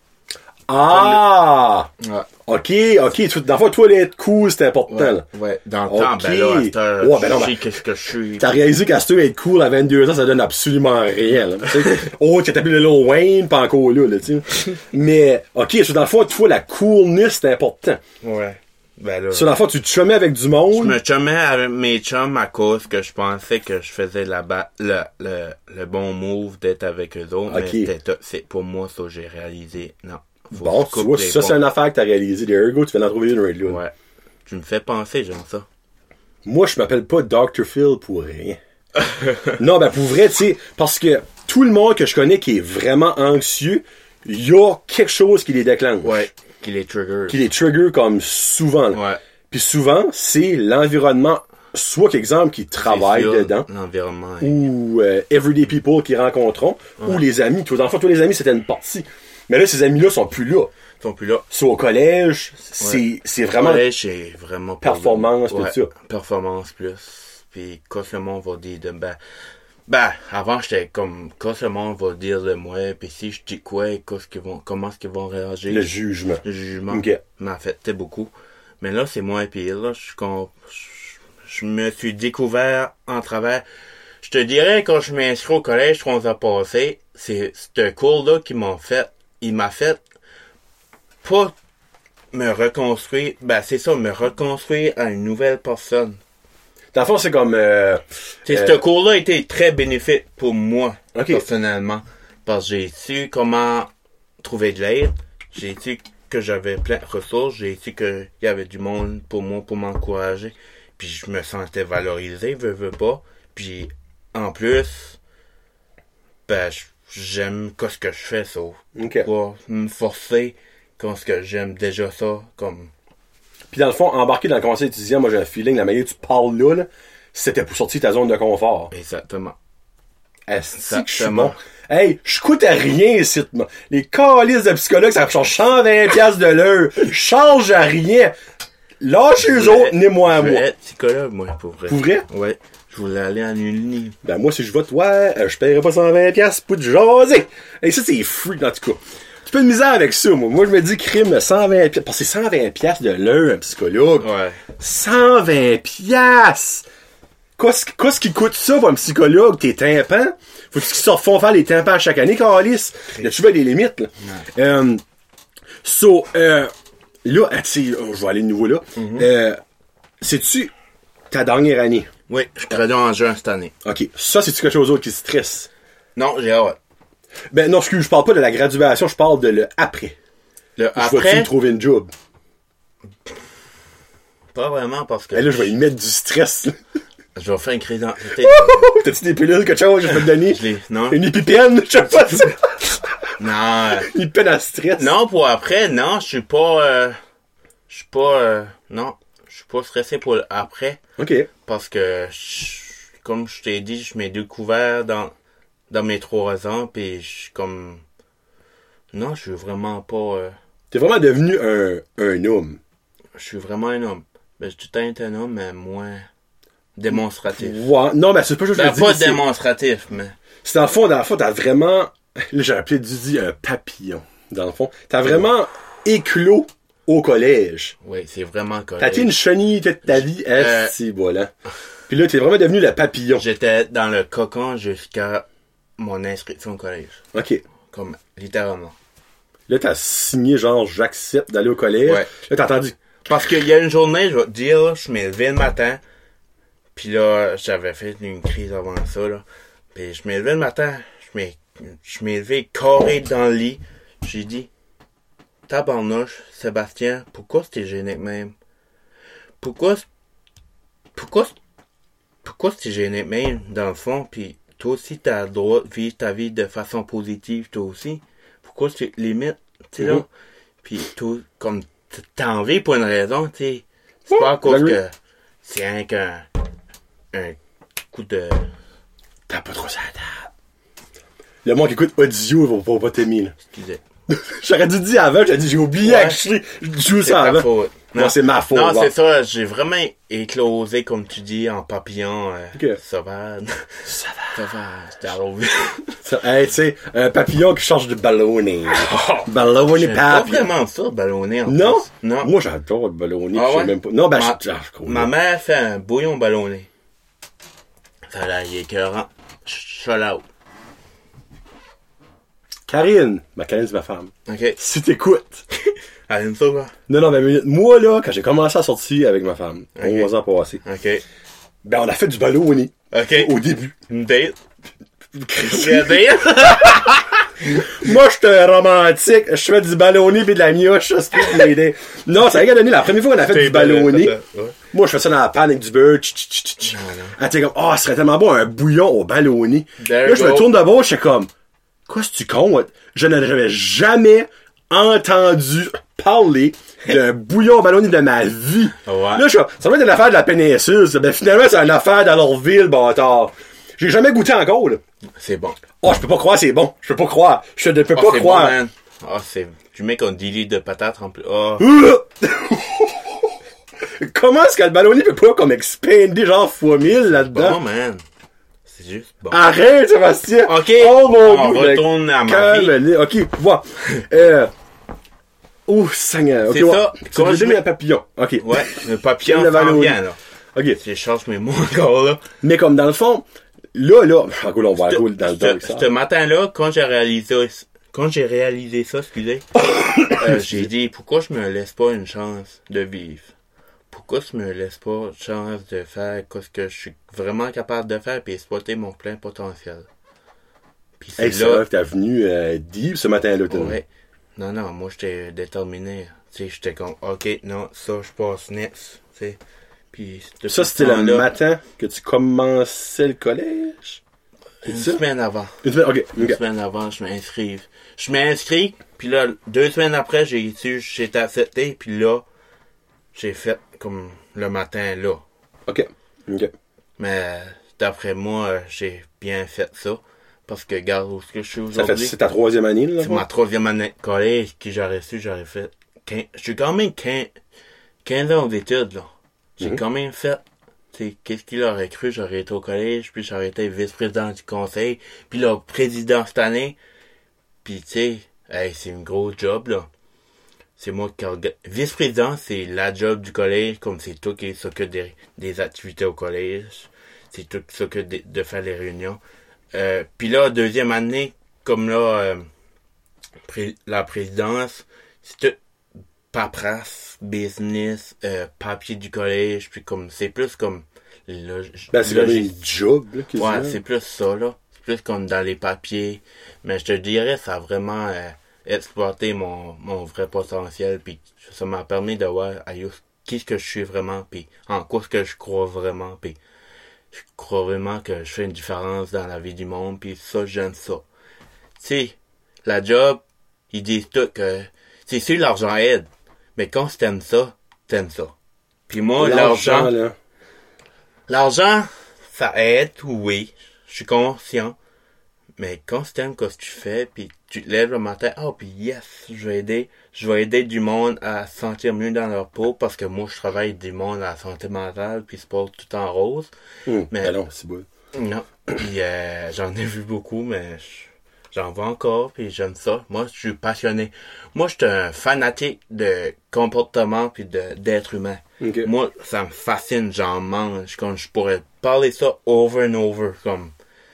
Ah! Ouais. OK. Dans le fond, toi, être cool, c'était important, là. Ouais, dans le temps, ben là, à cette heure, je sais qu'est-ce que je suis. T'as réalisé qu'à cette heure, être cool à 22 ans, ça donne absolument rien, là. Oh, tu t'appelles le Lil Wayne, pas encore là, tu sais. Mais, OK, dans le fond, tu vois, la coolness, c'est important. Ouais. Ben là. Dans le fond, tu te chumais avec du monde. Je me chumais avec mes chums à cause que je pensais que je faisais le bon move d'être avec eux autres. Mais c'était toxique pour moi, ça, j'ai réalisé. Non. Bon, tu vois, ça, c'est une affaire que t'as réalisé. Des ergo, tu viens d'en trouver une right là. Ouais. Tu me fais penser, j'aime ça. Moi, je m'appelle pas Dr. Phil pour rien. Non, ben, pour vrai, tu sais, parce que tout le monde que je connais qui est vraiment anxieux, il y a quelque chose qui les déclenche. Ouais. Qui les trigger. Qui les trigger comme souvent. Là. Ouais. Puis souvent, c'est l'environnement, soit qu'exemple, qui travaille dedans. L'environnement. Ou everyday people qui rencontrons. Ou les amis. Dans le fond, tous les amis, c'était une partie. Mais là, ces amis-là sont plus là. Ils sont plus là. C'est au collège, c'est vraiment... Au collège, c'est vraiment... Performance, tout ça. Performance plus. Puis, quand le monde va dire de... Ben, avant, j'étais comme... Quand le monde va dire de moi, puis si je dis quoi, comment est-ce qu'ils vont réagir. Le jugement. Le jugement m'affectait beaucoup. Mais là, c'est moins pire. Là, je me suis découvert en travers... Je te dirais, quand je m'inscris au collège 3 ans passés, c'est un cours-là qui il m'a fait pas me reconstruire. Ben, c'est ça, me reconstruire à une nouvelle personne. Dans le fond, c'est comme... ce cours-là a été très bénéfique pour moi, personnellement. Parce que j'ai su comment trouver de l'aide. J'ai su que j'avais plein de ressources. J'ai su qu'il y avait du monde pour moi, pour m'encourager. Puis je me sentais valorisé, veux pas. Puis, en plus, ben, j'aime ce que je fais, ça. Pour me forcer quand ce que j'aime déjà ça, comme... Puis dans le fond, embarquer dans le conseil étudiant, moi j'ai un feeling, la manière que tu parles là, c'était pour sortir ta zone de confort. Exactement. Est-ce que je suis bon? Hey, je coûte à rien ici. Les calices de psychologues, ça change 120$ de l'heure. Je change à rien. Lâchez eux autres, ni moi à moi. Je vais être psychologue, moi, pour vrai. Pour vrai? Ouais. Je voulais aller en uni. Ben moi, si je vote, je paierais pas 120$ pour te jaser. Et ça, c'est free, en tout cas. Tu peux de misère avec ça, moi. Moi, je me dis, crime, 120$. Parce que c'est 120$ de l'heure, un psychologue. Ouais. 120$! Qu'est-ce qui coûte ça pour un psychologue, tes tympans? Faut qu'ils se refont faire les tympans chaque année, Carlis? Y a-tu des limites, là? Là, tu sais, je vais aller de nouveau là. C'est-tu ta dernière année? Oui, je gradue en juin cette année. OK. Ça, c'est-tu quelque chose d'autre qui stresse? Non, j'ai hâte. Ben non, excuse, je parle pas de la graduation, je parle de le après. Le Je vais-tu après, me trouver une job? pas vraiment parce que... Ben là, je vais y mettre du stress, là. Je vais faire une crise d'anxiété. T'as-tu des pilules, quelque chose, je vais te donner? Non. Une épipène, je sais pas ça. Non. Une épipène à stress. Non, pour après, non, je suis pas, non, je suis pas stressé pour après. OK. Parce que, comme je t'ai dit, je m'ai découvert dans mes 3 ans, pis je suis comme, non, je suis vraiment pas, T'es vraiment devenu un homme. je suis vraiment un homme. Ben, j'ai tout le temps été un homme, mais moins démonstratif. Ouais. Non, mais c'est pas juste Ben, que je pas dis, démonstratif, mais... c'est dans le fond, t'as vraiment, là, j'ai appelé Didi un papillon. Dans le fond, t'as vraiment éclos au collège. Oui, c'est vraiment correct. T'as été une chenille toute ta vie, c'est voilà. Puis là, t'es vraiment devenu le papillon. J'étais dans le cocon jusqu'à mon inscription au collège. OK. Comme, littéralement. Là, t'as signé genre, j'accepte d'aller au collège. Ouais. Là, t'as entendu. Parce qu'il y a une journée, je vais te dire, là, je m'ai levé le matin, puis là, j'avais fait une crise avant ça, là. Puis je m'ai levé le matin, je m'ai levé carré dans le lit. J'ai dit, tabarnouche, Sébastien, pourquoi t'es gêné de même? Pourquoi t'es gêné de même, dans le fond, puis toi aussi, t'as le droit de vivre ta vie de façon positive, toi aussi. Pourquoi tu te limites, tu sais, là? Puis toi, comme t'as envie pour une raison, tu sais. C'est pas à cause que c'est rien qu'un coup de... T'as pas trop ça à table. Le monde qui écoute audio va pas t'aimer, là. Excusez. J'aurais dû dire avant, j'ai dit, j'ai oublié à je joue C'est ça ta avant. faute. Non, c'est ma faute. Non, bon. c'est ça, j'ai vraiment éclosé, comme tu dis, en papillon Ok. sauvage. Sauvage, c'était à l'eau. Hey, tu sais, un papillon qui change de ballonné. Ballonné J'aime pas papillon. vraiment ça, ballonné, en Non? plus. Non. Moi, j'adore le ballonné. Ah Je sais ouais? même pas. Non, ben, Ma mère fait un bouillon ballonné. Ça a l'air écœurant. Shut out. Karine, c'est ma femme. OK. Si t'écoutes. Elle aime ça, quoi? Non, mais moi, là, quand j'ai commencé à sortir avec ma femme, Ok. 11 ans passés, OK. ben, on a fait du ballonné. OK. Au début. Une date? Une date? Moi, j'étais romantique. Je fais du ballonné pis de la mioche. Ça, c'était l'idée. Non, ça a rien donné. La première fois qu'on a fait du ballonné, moi, je fais ça dans la panne avec du beurre. Ah, t'es comme, oh, ce serait tellement bon, un bouillon au ballonné. Là, je me tourne de bord, je suis comme, quoi, c'est-tu con? Je n'avais jamais entendu parler d'un bouillon au ballonné de ma vie. Ouais. Là, ça va être une affaire de la péninsule. Ça. Ben, finalement, c'est une affaire dans leur ville, bâtard. J'ai jamais goûté encore, là. C'est bon. Oh, je peux pas croire, c'est bon. Je peux pas croire. Je ne peux pas c'est croire. Bon, man. Oh, c'est... Tu mets qu'on délit de patates en plus. Oh. Comment est-ce que le ballonné peut pas comme expander genre fois 1000 là-dedans? Bon, man. C'est juste bon. Arrête, Sébastien! OK. Oh mon On Dieu! retourne à ma vie. OK, vois. Oh, Seigneur. C'est OK, ça. Tu Quand veux je donner un papillon. OK. Ouais, le papillon Le s'en ballonné. vient, là. OK. Je change mes mots encore, là. Mais comme dans le fond, là, encore là, on va aller dans le dog, ça. Ce matin-là, quand j'ai réalisé ça, excusez, j'ai dit, pourquoi je me laisse pas une chance de vivre? Pourquoi je me laisse pas une chance de faire ce que je suis vraiment capable de faire puis exploiter mon plein potentiel? Puis c'est Hey, c'est vrai que t'es venu deep ce matin-là. Ouais. Non, moi, j'étais déterminé. Tu sais, j'étais comme, OK, non, ça, je passe next, tu sais. Puis, ça, c'était le matin que tu commençais le collège? Une semaine avant. Une semaine, OK. Une semaine avant, je m'inscris. Je m'inscris, puis là, 2 semaines après, j'étais accepté, puis là, j'ai fait comme le matin, là. OK. Mais, d'après moi, j'ai bien fait ça. Parce que, regarde où je suis aujourd'hui. C'est ta 3e année, là? C'est ma 3e année de collège, qui j'aurais fait. Je suis quand même 15 ans d'études, là. J'ai quand même fait. T'sais, qu'est-ce qu'il aurait cru? J'aurais été au collège, puis j'aurais été vice-président du conseil, puis là, président cette année. Puis, tu sais, hey, c'est une grosse job, là. C'est moi qui vice-président, c'est la job du collège, comme c'est toi qui s'occupe des activités au collège. c'est tout ça que de faire les réunions. Puis là, deuxième année, comme là, la présidence, c'est tout paperasse, business, papier du collège, puis comme, c'est plus comme, là, c'est comme un job, là, ouais, c'est plus ça, là. C'est plus comme dans les papiers. Mais je te dirais, ça a vraiment exploité mon vrai potentiel, puis ça m'a permis de voir, qu'est-ce que je suis vraiment, puis en quoi est-ce que je crois vraiment, puis je crois vraiment que je fais une différence dans la vie du monde, puis ça, j'aime ça. Tu sais, la job, ils disent tout que, c'est sûr, l'argent aide, mais quand t'aimes ça, t'aimes ça. Puis moi, l'argent, ça aide, oui, je suis conscient, mais quand t'aimes ce que tu fais, puis tu te lèves le matin, puis yes, je vais aider du monde à se sentir mieux dans leur peau, parce que moi, je travaille du monde à la santé mentale, puis c'est pas tout en rose. Mais non, c'est beau. Non, puis j'en ai vu beaucoup, mais j'en vois encore, puis j'aime ça. Moi, je suis passionné. Moi, je suis un fanatique de comportement, puis d'être humain. Okay. Moi, ça me fascine, j'en mange, comme je pourrais parler ça over and over, comme...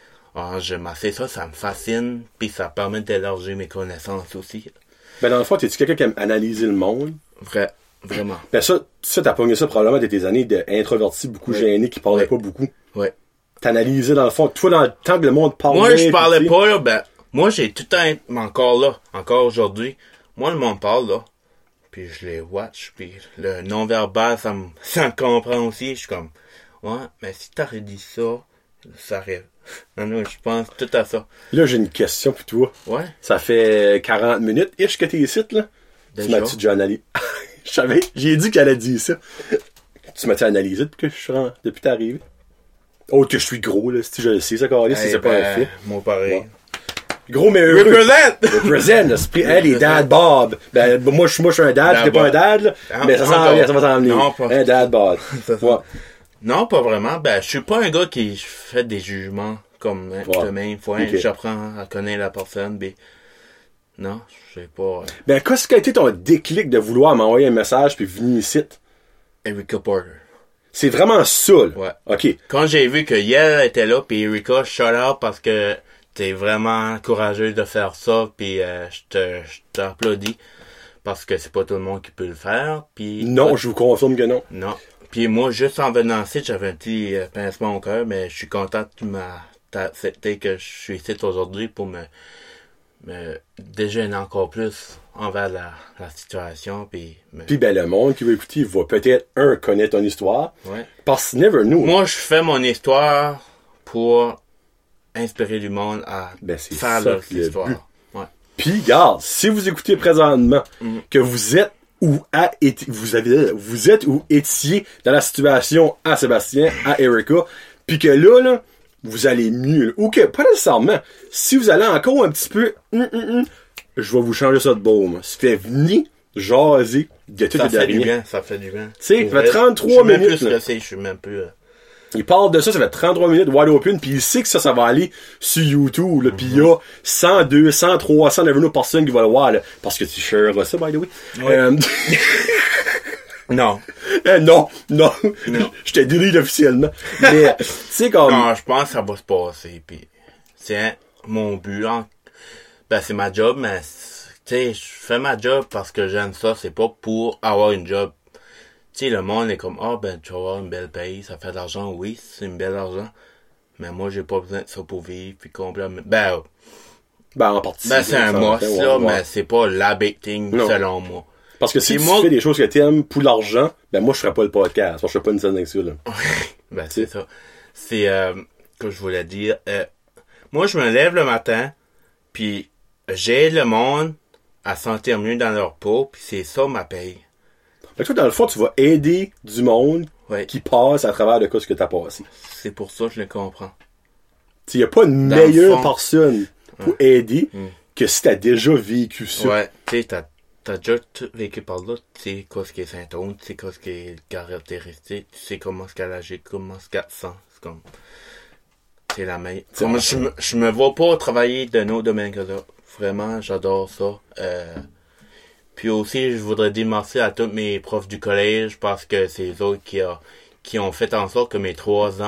je m'assais ça me fascine, puis ça permet d'élargir mes connaissances aussi. Ben dans le fond, t'es-tu quelqu'un qui aime analyser le monde? Vraiment. Ben ça, t'as pogné ça probablement de tes années d'introverti, beaucoup gêné, qui parlait pas beaucoup. Ouais. T'analysais dans le fond, toi dans le temps que le monde parlait... Moi, je parlais pas, là, moi j'ai tout le temps, encore là, encore aujourd'hui, moi le monde parle, là, puis je les watch, puis le non-verbal, ça me comprend aussi, je suis comme, ouais, mais si t'aurais dit ça, ça arrive. Non, je pense tout à ça. Là, j'ai une question pour toi. Ouais. Ça fait 40 minutes, ish, que t'es ici, là. Déjà? Tu m'as-tu déjà analysé? Je savais, j'ai dit qu'elle a dit ça. Tu m'as-tu analysé depuis t'es arrivé? Oh, que je suis gros, là, si je le sais, ça, carré, si c'est pas un fait. Moi, pareil. Ouais. Gros, mais heureux. Represent, l'esprit. Les dad bob. Ben, moi, je suis un dad, t'es pas un dad, là. Mais ça va s'en venir. Non, pas. Un dad bob. Ouais. Non, pas vraiment. Ben, je suis pas un gars qui fait des jugements comme demain. Faut j'apprends à connaître la personne, mais non, je sais pas. Ben, qu'est-ce qui a été ton déclic de vouloir m'envoyer un message puis venir ici? Erika Porter. C'est vraiment ça, là. Ouais. OK. Quand j'ai vu que Yel était là, puis Erika, shout out parce que t'es vraiment courageux de faire ça, puis je t'applaudis parce que c'est pas tout le monde qui peut le faire. Puis non, je vous confirme que non. Non. Puis moi, juste en venant ici, j'avais un petit pincement au cœur, mais je suis content que tu m'as accepté que je suis ici aujourd'hui pour me déjeuner encore plus envers la situation. Puis ben, le monde qui va écouter va peut-être, connaître ton histoire. Ouais. Parce que never know. Moi, je fais mon histoire pour inspirer du monde à faire leur histoire. Ouais. Puis, regarde, si vous écoutez présentement que vous êtes vous êtes ou étiez dans la situation à Sébastien, à Erika, puis que là, vous allez mieux. Là. Ou que, pas nécessairement, si vous allez encore un petit peu, je vais vous changer ça de baume. Ça fait venir jaser de tout et de rien. Ça fait du bien. Tu sais, ça fait 33 minutes. Je suis même plus... Il parle de ça fait 33 minutes wide open, puis il sait que ça va aller sur YouTube, là, puis il y a 100, 200, 300 personnes qui vont le voir, là, parce que tu shares ça, by the way. Ouais. Non. Non. Je te delete officiellement. Mais, tu sais, comme... Non, je pense que ça va se passer, puis c'est mon but, ben, c'est ma job, mais, tu sais, je fais ma job parce que j'aime ça, c'est pas pour avoir une job. Tu sais, le monde est comme, ben, tu vas avoir une belle paye, ça fait de l'argent, oui, c'est une belle argent. Mais moi, j'ai pas besoin de ça pour vivre, puis complètement. Ben, en partie. Ben, c'est un must, là, mais c'est pas la big thing, selon moi. Parce que si tu fais des choses que t'aimes pour l'argent, ben, moi, je ferais pas le podcast, parce que je ferais pas une scène avec ça, là. Ben, c'est ça. C'est, que je voulais dire, moi, je me lève le matin, puis j'aide le monde à sentir mieux dans leur peau, puis c'est ça ma paye. Fait que toi, dans le fond, tu vas aider du monde qui passe à travers de ce que t'as passé. C'est pour ça que je le comprends. Il n'y a pas une meilleure personne pour aider que si t'as déjà vécu ça. Ouais, tu sais, t'as déjà tout vécu par là. Tu sais quoi ce qui est symptôme, tu sais quoi ce qui est caractéristique, tu sais comment ce qu'elle agit, comment ce qu'elle sent. C'est comme... C'est la meilleure. Je me vois pas travailler dans nos domaines que ça. Vraiment, j'adore ça. Puis aussi, je voudrais dire merci à tous mes profs du collège parce que c'est eux autres qui ont fait en sorte que mes 3 ans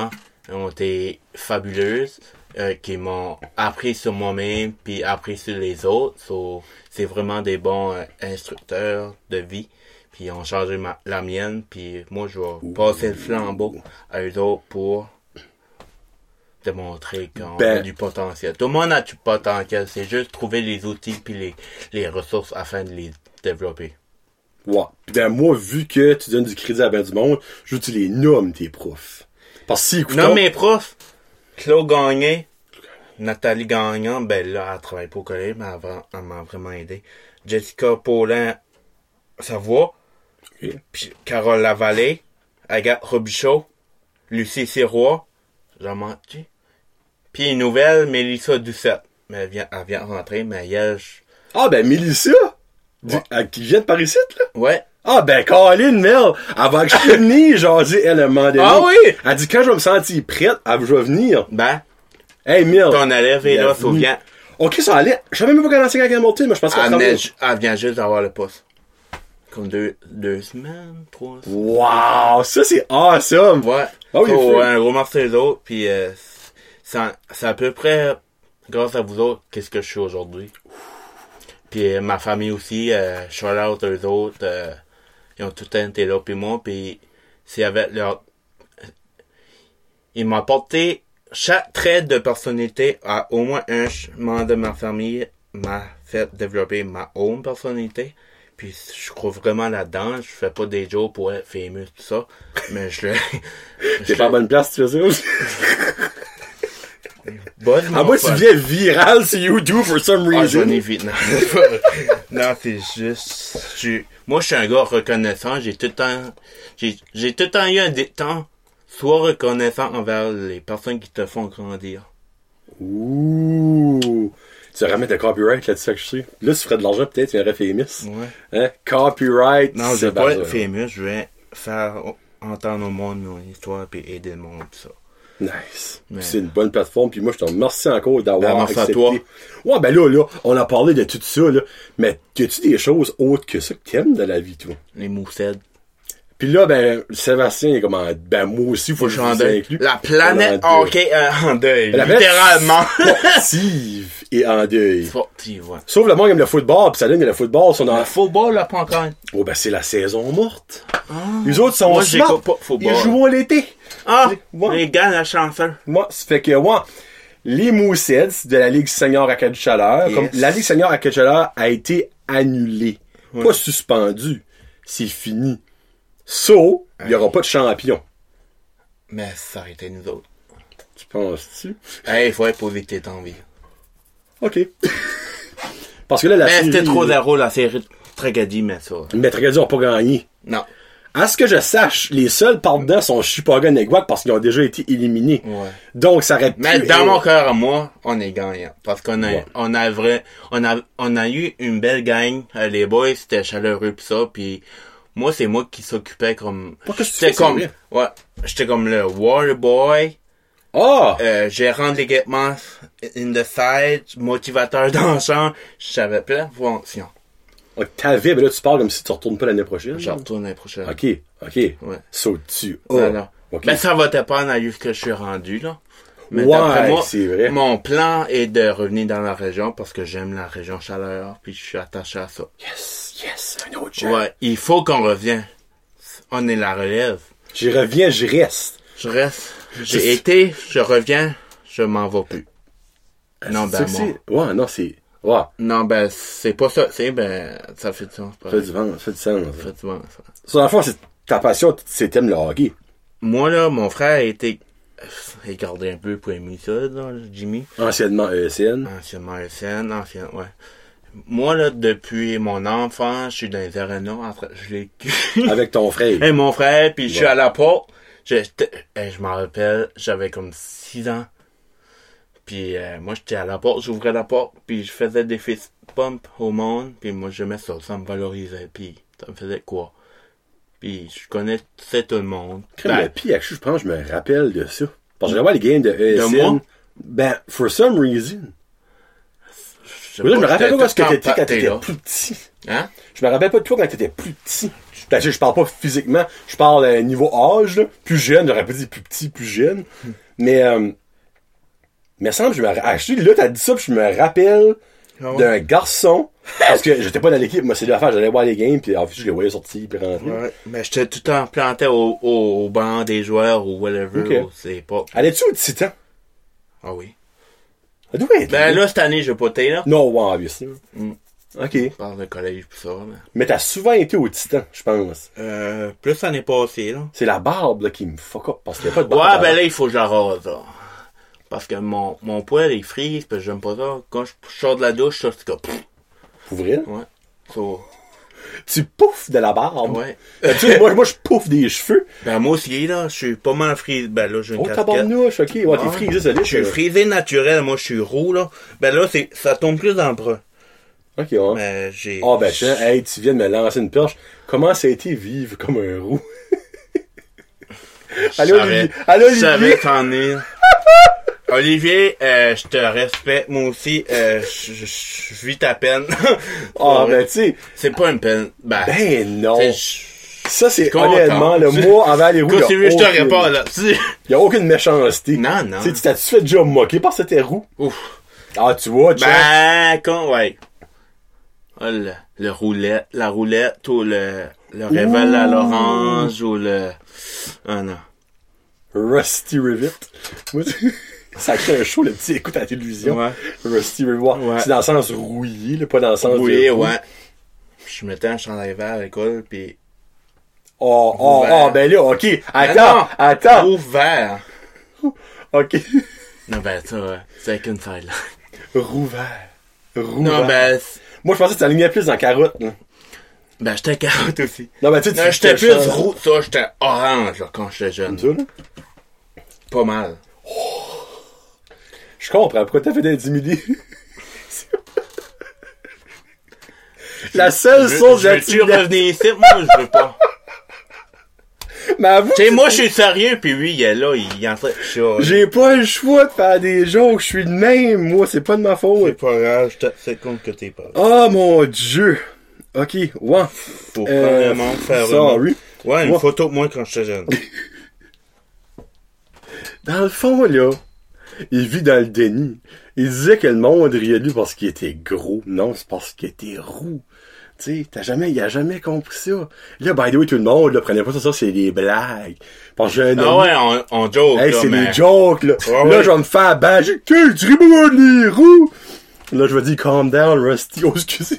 ont été fabuleuses, qui m'ont appris sur moi-même, puis appris sur les autres. So, c'est vraiment des bons instructeurs de vie. Puis ils ont changé la mienne, puis moi, je vais passer le flambeau à eux autres pour démontrer qu'on a du potentiel. Tout le monde a du potentiel, c'est juste trouver les outils puis les ressources afin de les développer. Ouais. Puis ben moi, vu que tu donnes du crédit à ben du monde, je veux que tu les nommes tes profs. Parce que si, écoute. Non, mes profs, Claude Gagné, Nathalie Gagnon, ben là, elle travaille pas au collège, mais elle m'a vraiment aidé. Jessica Paulin, Savoie. Okay. Puis Carole Lavallée, Agathe Robichaud, Lucie Sirois, Jean-Marc. Puis une nouvelle, Mélissa Doucette. Mais elle vient de rentrer, mais hier, Ah, ben, Mélissa! Ouais. Qui vient de Paris City, là? Ouais. Ah, ben, Colin, Mel! Elle va que je suis venir jaser, elle, à un moment donné. Ah oui! Elle dit, quand je vais me sentir prête, je vais venir. Ben, Hey, Mel! ton élève est là, Sofiane. Ok, ça allait. Je savais même pas qu'elle enseignait à Hamilton, mais je pense qu'elle travaille. Elle vient juste d'avoir le poste. Comme 2 semaines, 3 semaines. Wow! Ça, c'est awesome! Ouais. Ah oui, Un gros merci aux autres, puis c'est à peu près grâce à vous autres qu'est-ce que je suis aujourd'hui. Puis ma famille aussi, shout out eux autres, ils ont tout été là, puis moi, puis c'est avec leur... Ils m'ont apporté chaque trait de personnalité à au moins un membre de ma famille m'a fait développer ma own personnalité. Puis je crois vraiment là-dedans. Je fais pas des jokes pour être fameux, tout ça. Mais je le... T'es pas à bonne place, tu fais ça? Moi, tu viens viral sur YouTube for some reason. J'en ai vite. Non, c'est juste... Moi, je suis un gars reconnaissant. J'ai tout le temps eu un temps. Sois reconnaissant envers les personnes qui te font grandir. Ouh! Tu vas remettre le copyright là-dessus, que je sais. Là, tu ferais de l'argent, peut-être, tu viendrais famous. Ouais. Hein? Copyright. Non, je vais pas être famous. Je vais faire entendre au monde mon histoire et aider le monde, tout ça. Nice. Mais... C'est une bonne plateforme. Puis moi, je te remercie encore d'avoir accepté. Toi. Ouais, ben là, on a parlé de tout ça, là. Mais as-tu des choses autres que ça que t'aimes de la vie, toi? Les moussets. Puis là, ben, Sébastien est comme moi aussi, faut que je vous inclue. La planète hockey en deuil. Littéralement. Sportive et en deuil. Sportive, ouais. Sauf le monde qui aime le football, pis ça donne que le football, sont dans... Le football, là, pas encore. Oh, ben, c'est la saison morte. Les autres sont moi, smart. Pas football. Ils jouent l'été. Les gars, la chanceux. Moi, ça fait que, les Moussets de la Ligue senior à Chaleur, comme la Ligue senior à Chaleur a été annulée. Pas suspendue. C'est fini. So, il n'y aura pas de champion. Mais ça aurait été nous autres. Tu penses-tu? Il faut être positif en vie. OK. Parce que là, la série... c'était 3-0, la série Tragédie, mais ça... Mais Tragédie n'a pas gagné. Non. À ce que je sache, les seuls perdants sont Shippagan et Guac parce qu'ils ont déjà été éliminés. Ouais. Donc, ça aurait pu... Mais dans mon cœur à moi, on est gagnant. Parce qu'on a, on a eu une belle gang. Les boys, c'était chaleureux pis ça, pis... Moi, c'est moi qui s'occupais comme... J'étais comme le water boy. Gérant de l'équipement in the side, motivateur dans le champ. J'avais plein de fonctions. T'avais, mais là, tu parles comme si tu retournes pas l'année prochaine. Je retourne l'année prochaine. OK. Ouais. Sautes-tu. Okay. Mais ça va dépendre à ce que je suis rendu, là. Mais ouais, moi, c'est vrai. Mon plan est de revenir dans la région parce que j'aime la région chaleur puis je suis attaché à ça. Yes, un autre job. Ouais, il faut qu'on revienne. On est la relève. J'y reviens, je reste. Je reste. J'ai été, je reviens, je m'en vais plus. Non, ben moi. Ouais, non, c'est... Ouais. Non, ben, c'est pas ça. Ça fait du sens. Ça fait du sens. Ça fait du sens. Sur la fois, c'est ta passion, c'est t'aimes le hockey. Moi, là, mon frère a été... Regardez un peu pour aimer ça, là, Jimmy. Anciennement ESN. Ouais. Moi, là, depuis mon enfant, je suis dans les arénas, je l'ai... Avec ton frère. Et mon frère, puis je suis à la porte. Je m'en rappelle, j'avais comme 6 ans. Puis moi, j'étais à la porte, j'ouvrais la porte, puis je faisais des fist pumps au monde, puis moi, j'aimais ça, ça me valorisait, puis ça me faisait quoi. Puis je connaissais tout le monde. Puis, je pense que je me rappelle de ça. Parce que j'avais les games de ESN. De moi? Ben, for some reason. Je me rappelle pas parce que t'étais quand t'étais plus petit. Hein? Je me rappelle pas de toi quand t'étais plus petit. Je parle pas physiquement, je parle niveau âge, là. Plus jeune, j'aurais pas dit plus petit, plus jeune. Mais semble, là, t'as dit ça, puis je me rappelle d'un garçon, parce que j'étais pas dans l'équipe, moi, c'est l'affaire, j'allais voir les games, puis en fait, je les voyais sortir, puis rentrer. Ouais, mais j'étais tout le temps planté au banc des joueurs, ou whatever, Okay. c'est pas... Allais-tu au Titan? Ah oui. Ça doit être. Ben là, cette année, j'ai pas été, là. Non, ouais, obviously. Mm. OK. Je parle de collège pis ça, Mais t'as souvent été au Titan, je pense. plus l'année passée, là. C'est la barbe, là, qui me fuck up, parce qu'il y a pas de barbe. Ouais, ben là, il faut que je la rase, là. Parce que mon poil, il frise, pis j'aime pas ça. Quand je sors de la douche, ça, c'est comme... Pour vrai? Ouais. So... Tu pouffes de la barbe? Ouais. Tu sais, moi, je pouffe des cheveux. Ben, moi aussi, là, je suis pas mal frisé. Ben, là, j'ai une Oh, casquette. tabarnouche, ok. Ouais, t'es frisé, ça Je suis frisé naturel, moi, je suis roux, là. Ben, là, ça tombe plus dans le bras. Ok, ouais. Ben, j'ai... Ah, ben, hey, tu viens de me lancer une perche. Comment ça a été vivre comme un roux? Allô, Olivier? Allô, Je savais Olivier? t'en ir. Olivier, je te respecte, moi aussi, je vis ta peine. Ah, ben, tu sais. C'est pas une peine. Ben non. Ça, c'est content. honnêtement, le moi envers les roues. Quand tu veux, je te réponds, là. Il y a aucune méchanceté. Non, non. Tu sais, tu t'as-tu fait déjà moquer parce que t'es roux? Ouf. Ah, tu vois, tu ouais. Oh, la roulette, ou le rével à l'orange, ou le... Ah, non. Rusty Rivet. Ça crée un show, le petit écoute à la télévision. Ouais. Rusty Rivet. Ouais. C'est dans le sens rouillé, là, pas dans le sens oui, de... ouais. Je mettais un chandail vert à l'école, pis... ben là, ok. Attends. Roux vert. Ok. Non, ben, ça, c'est avec une side, là. Roux vert. Non, ben... Moi, je pensais que tu alignais plus dans carotte, là. Ben, j'étais carotte aussi. Non, ben, tu sais, j'étais plus roux, ça, j'étais orange, là, quand j'étais jeune. Comme ça, là? Pas mal. Je comprends. Pourquoi t'as fait d'intimider? La seule source d'intimidation... Je veux-tu revenir ici? Moi, je veux pas. Mais avoue... Tu sais, moi, je suis sérieux, puis lui, il est là, il est en train de chialer. J'ai pas le choix de faire des jokes, je suis de même, moi, c'est pas de ma faute. C'est pas grave, je te compte que t'es pas. Oh mon Dieu! Ok, ouais. Faut premièrement faire une photo de moi quand j'étais jeune. Dans le fond, là, il vit dans le déni. Il disait que le monde riait de lui parce qu'il était gros. Non, c'est parce qu'il était roux. Tu sais, il a jamais compris ça. Là, by the way, tout le monde, là, prenez pas ça, c'est des blagues. Parce que j'ai un ami. Ah ouais, on joke, hey, là, c'est mais... des jokes, là. Ouais, là, je vais me faire bager. Tu ris pas de les roux. Là, je vais dire, calm down, Rusty. Oh, excusez.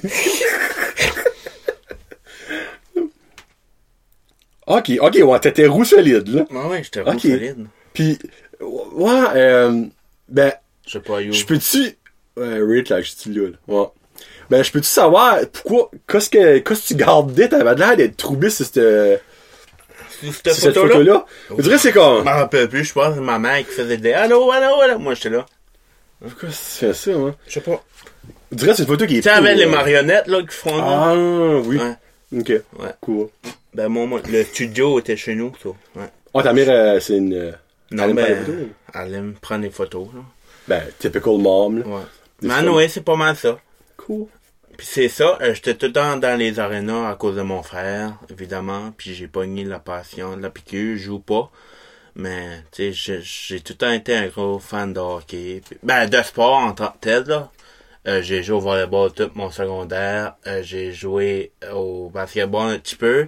Ok, ouais, t'étais roux solide, là. Ouais, j'étais roux solide. Pis, ouais, ben... Je sais pas, je peux-tu... Rate, là, je suis là. Ouais. Ben, je peux-tu savoir pourquoi... Qu'est-ce que tu gardais? T'avais l'air d'être troublé sur cette photo-là? Je dirais c'est comme... Je m'en rappelle plus, je pense que ma mère qui faisait des allô. Moi, j'étais là. Pourquoi tu fais ça, hein? Je sais pas. Je dirais c'est une photo qui est... Tu sais, avec les marionnettes, là, qui font... Ah, oui. Ouais. Ok. Ouais. Cool. Ben, moi, le studio était chez nous, ça. Ouais. Oh, ta mère, c'est une... Non, ben, elle aime prendre des photos, là. Ben, typical mom, là. Ouais. Mais ouais, c'est pas mal ça. Cool. Puis c'est ça, j'étais tout le temps dans les arénas à cause de mon frère, évidemment. Puis j'ai pogné la passion de la piqûre, je joue pas. Mais, tu sais, j'ai tout le temps été un gros fan de hockey. Ben, de sport en tant que tel, là. J'ai joué au volleyball tout mon secondaire. J'ai joué au basketball un petit peu.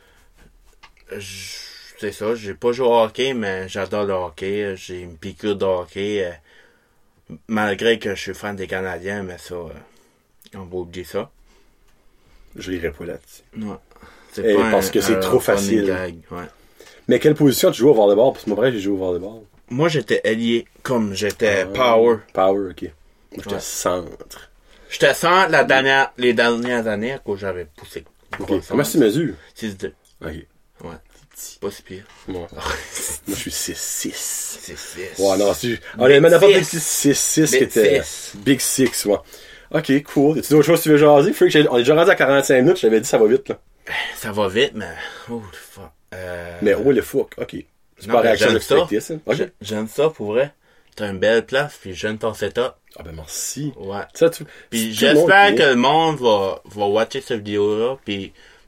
C'est ça, j'ai pas joué au hockey, mais j'adore le hockey. J'ai une piqûre de hockey. Malgré que je suis fan des Canadiens, mais ça, on va oublier ça. Je rirai pas là-dessus. Non. Parce que c'est trop facile. Gag, ouais. Mais quelle position tu joues au volleyball? Parce que mon frère, j'ai joué au volleyball. Moi, j'étais ailier, comme j'étais power. Power, ok. Moi, j'étais centre. J'étais centre les dernières années à cause j'avais poussé. Ok. Comment tu mesures? 6'2". Ok. Ouais. Pas si pire. Ouais. Moi, je suis 6'6". 6'6". Ouais, non, si. Honnêtement, n'importe qui 6'6" qui était. Big 6, ouais. Ok, cool. As-tu d'autres choses que tu veux jaser? Freak, on est déjà rendu à 45 minutes, je t'avais dit ça va vite, là. Ça va vite, mais. Oh, le fuck. Mais oh, le fuck, ok. C'est pas réaction expectée, ça. Okay. J'aime ça, pour vrai. T'as une belle place, puis j'aime ton setup. Ah ben merci. Ouais. Ça, puis j'espère que le monde va watcher cette vidéo-là, puis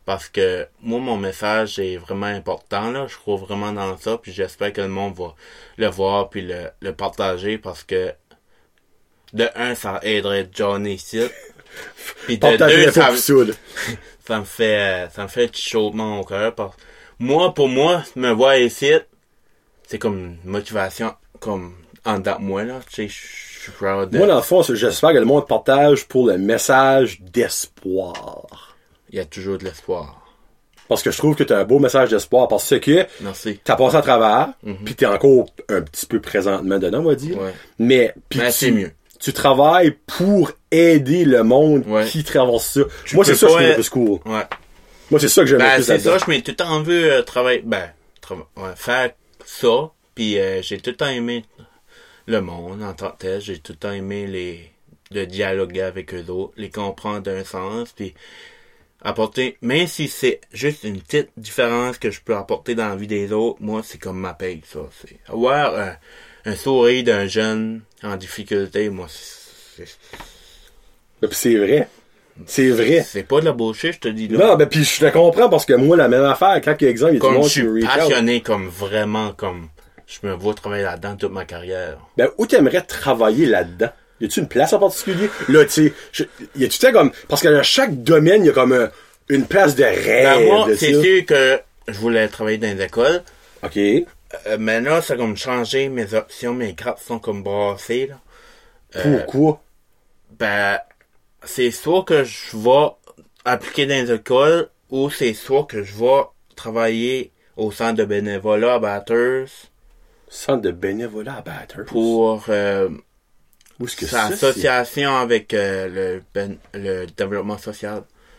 Parce que moi, mon message est vraiment important, là. Je crois vraiment dans ça, puis j'espère que le monde va le voir puis le partager parce que de un, ça aiderait Johnny ici. Puis de deux, ça me fait un petit chaudement au cœur. Pour moi, me voir ici, c'est comme une motivation comme en dedans de moi, là. Tu sais, je suis proud de... Moi, dans le fond, j'espère que le monde partage pour le message d'espoir. Il y a toujours de l'espoir. Parce que je trouve que t'as un beau message d'espoir parce que merci. T'as passé à travers, puis t'es encore un petit peu présentement dedans, on va dire. Ouais. Mais c'est mieux. Tu travailles pour aider le monde qui traverse ça. Moi, c'est ça que je trouve le plus cool. Ouais. Moi, c'est ça que j'aime le plus c'est là-dedans. ça, je m'ai tout le temps vu travailler, faire ça, puis j'ai tout le temps aimé le monde en tant que tel. J'ai tout le temps aimé de dialoguer avec eux autres, les comprendre d'un sens, puis apporter, même si c'est juste une petite différence que je peux apporter dans la vie des autres, moi, c'est comme ma paye, ça. C'est avoir un sourire d'un jeune en difficulté, moi, c'est vrai. C'est vrai. C'est pas de la bullshit, je te dis là. Non, ben puis je te comprends parce que moi, la même affaire, quand exemple, il y a du monde qui me reach out. Je suis passionné comme vraiment, comme je me vois travailler là-dedans toute ma carrière. Ben, où t'aimerais travailler là-dedans? Y a-tu une place en particulier? Là, tu sais, y a-tu comme, parce que dans chaque domaine, il y a comme une place de rêve. Ben moi, c'est sûr que je voulais travailler dans les écoles. OK. Mais là, ça a comme changé mes options, mes cartes sont comme brassées, là. Pourquoi? Ben, c'est soit que je vais appliquer dans les écoles, ou c'est soit que je vais travailler au centre de bénévolat à Bathurst. Centre de bénévolat à Bathurst? Pour, où est-ce que c'est association avec le développement social.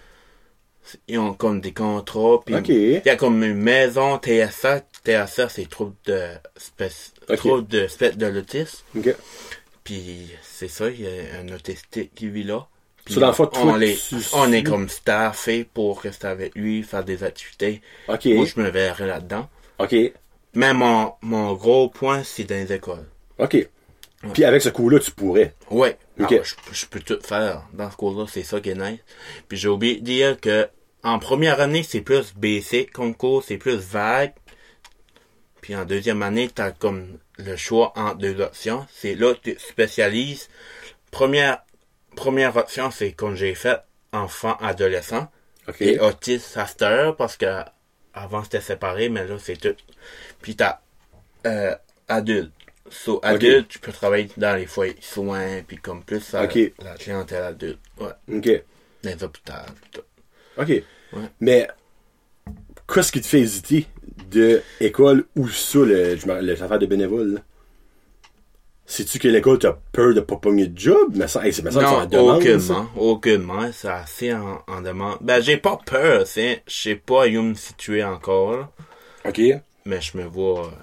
Ils ont comme des contrats, puis il y a comme une maison TSA. TSA, c'est trouble de spectre de l'autisme. OK. Puis c'est ça, il y a un autistique qui vit là. Puis dans le fond, on est comme staffé pour rester avec lui, faire des activités. OK. Moi, je me verrais là-dedans. OK. Mais mon gros point, c'est dans les écoles. OK. Ouais. Puis avec ce coup-là, tu pourrais. Ouais. OK. Alors, je peux tout faire dans ce cours-là, c'est ça qui est nice. Puis j'ai oublié de dire que en première année, c'est plus basic comme cours, c'est plus vague. Puis en deuxième année, t'as comme le choix entre deux options. C'est là que tu spécialises. Première option, c'est comme j'ai fait enfant, adolescent. Okay. Et autiste à cette heure, parce que avant c'était séparé, mais là c'est tout. Puis t'as adulte. So, adulte, tu peux travailler dans les foyers de soins, puis comme plus la clientèle adulte. Ouais. OK. Dans les hôpitaux, tout. OK. Ouais. Mais qu'est-ce qui te fait hésiter de école ou ça, l'affaire de bénévole? Là? Sais-tu que l'école t'as peur de pas pogner de job? Mais ça, c'est en demande. Aucunement. C'est assez en demande. Ben, j'ai pas peur, je sais pas où me situer encore, là. OK. Mais je me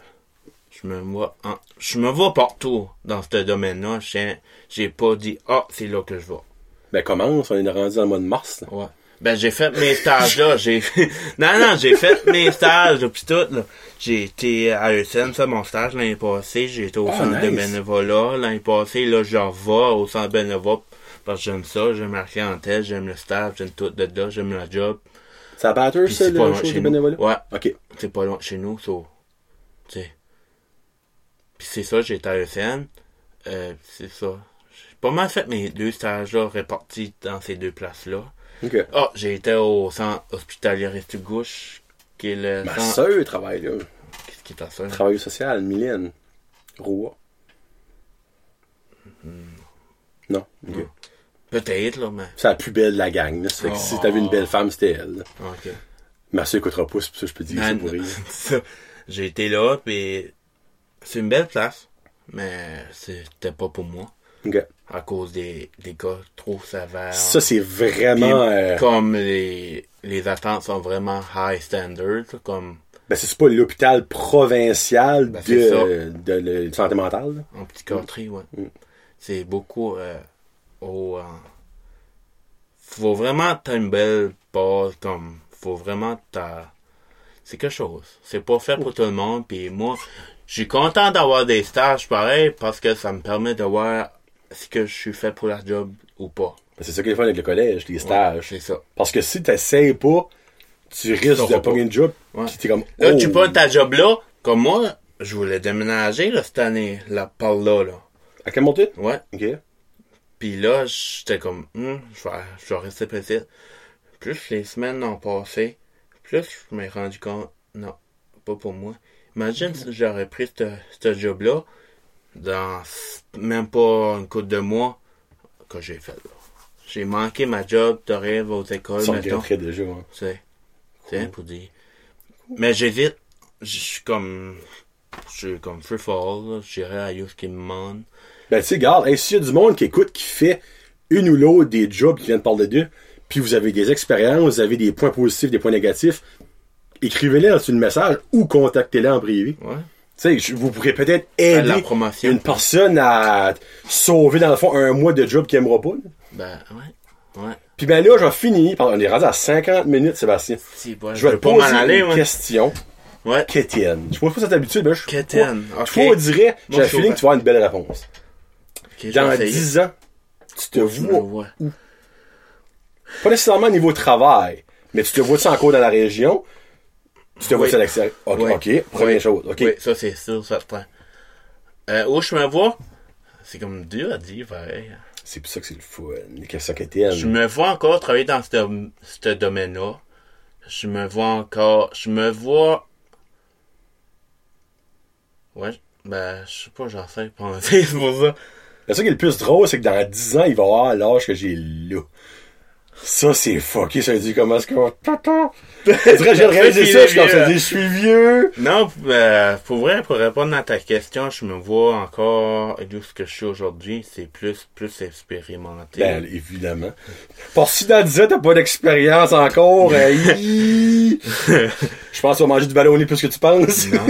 vois partout dans ce domaine-là. J'ai pas dit, c'est là que je vais. Ben, commence, on est rendu dans le mois de mars, là. Ouais. Ben, j'ai fait mes stages, là. j'ai fait mes stages, là, pis tout, là. J'ai été à ESN, ça, mon stage, l'année passée. J'ai été au centre de bénévolat. L'année passée, là, je vais au centre de bénévolat parce que j'aime ça, j'aime la clientèle, j'aime le staff, j'aime tout de là, j'aime la job. C'est à Bathurst, ça, le chose de bénévolat? Ouais. OK. C'est pas loin de chez nous, ça. Tu sais. Pis c'est ça, j'ai été à ESN. C'est ça. J'ai pas mal fait mes deux stages-là répartis dans ces deux places-là. OK. J'ai été au centre hospitalier Restigouche, qui est le ma sœur travaille là. Qu'est-ce qui est ta sœur? Travailleuse sociale, Mylène Roy. Non? OK. Peut-être, là, mais... C'est la plus belle de la gang, là. Ça fait que si t'avais une belle femme, c'était elle. Là. OK. Ma sœur écoutera pas, c'est pour ça que je peux dire ça pour rire. J'ai été là, pis c'est une belle place, mais c'était pas pour moi. OK. À cause des cas trop sévères. Ça, c'est vraiment... Comme les attentes sont vraiment high standard, comme... Ben, c'est pas l'hôpital provincial de santé mentale, là. En psychiatrie, ouais. C'est beaucoup... faut vraiment t'as une belle base, comme... Faut vraiment c'est quelque chose. C'est pas fait pour tout le monde, puis moi, je suis content d'avoir des stages pareils, parce que ça me permet de voir si que je suis fait pour la job ou pas. Ben, c'est ça qu'il faut avec le collège, les stages. Ouais, c'est ça. Parce que si t'essayes pas, tu risques de pogner une job. Ouais. Pis t'es comme, Là, tu prends ta job là, comme moi, je voulais déménager, là, cette année, là, par là, là. À quel montant? Ouais. Ok. Puis là, j'étais comme, je vais rester petit. Plus les semaines ont passé, plus je m'ai rendu compte, non, pas pour moi. Imagine si j'aurais pris ce job-là, dans même pas une couple de mois, que j'ai fait, là. J'ai manqué ma job de rêve aux écoles, Ça mettons. regretterait déjà, hein. C'est pour dire. Mais j'hésite. Je suis comme free fall, là. J'irai à ce qu'ils me demandent. Ben, tu sais, regarde, hey, s'il y a du monde qui écoute, qui fait une ou l'autre des jobs qui viennent de parler d'eux, puis vous avez des expériences, vous avez des points positifs, des points négatifs, écrivez-les dans le message ou contactez-les en privé. Ouais. Tu sais, vous pourrez peut-être La aider promotion. une personne à sauver, dans le fond, un mois de job qu'il aimera pas. Là. Ben, ouais. Puis ben là, j'en finis. On est rendu à 50 minutes, Sébastien. Si, bon, Je vais te pas poser m'en aller, une question. Ouais. Quétienne. Je pose pas cette habitude, mais je Quétienne, ok. on dirait, j'ai Moi, le je feeling que tu vas avoir une belle réponse. Ok, je Dans vais essayer. 10 ans, tu te Je me vois vois. pas nécessairement au niveau travail, mais tu te vois-tu encore dans la région? Tu te Oui. vois-tu à l'extérieur? Ok, Oui. ok. Première Oui. chose. Ok. Oui, ça c'est sûr, certain. Où je me vois? C'est comme dur à dire, pareil. C'est pour ça que c'est le fun. Les questions quétiennes. Je me vois encore travailler dans ce domaine-là. Je me vois... Ouais, ben, je sais pas, j'en sais penser, c'est pour ça. C'est ça qui est le plus drôle, c'est que dans 10 ans, il va avoir l'âge que j'ai là. Ça, c'est fucké, ça veut dire comment est-ce qu'on... Je dirais, j'ai réalisé ça, je suis comme ça, je suis vieux. Non, pour vrai, pour répondre à ta question, je me vois encore, d'où ce que je suis aujourd'hui, c'est plus expérimenté. Ben, évidemment. Parce que si dans 10 ans, t'as pas d'expérience encore, je pense que tu vas manger du ballonné plus que tu penses. Non.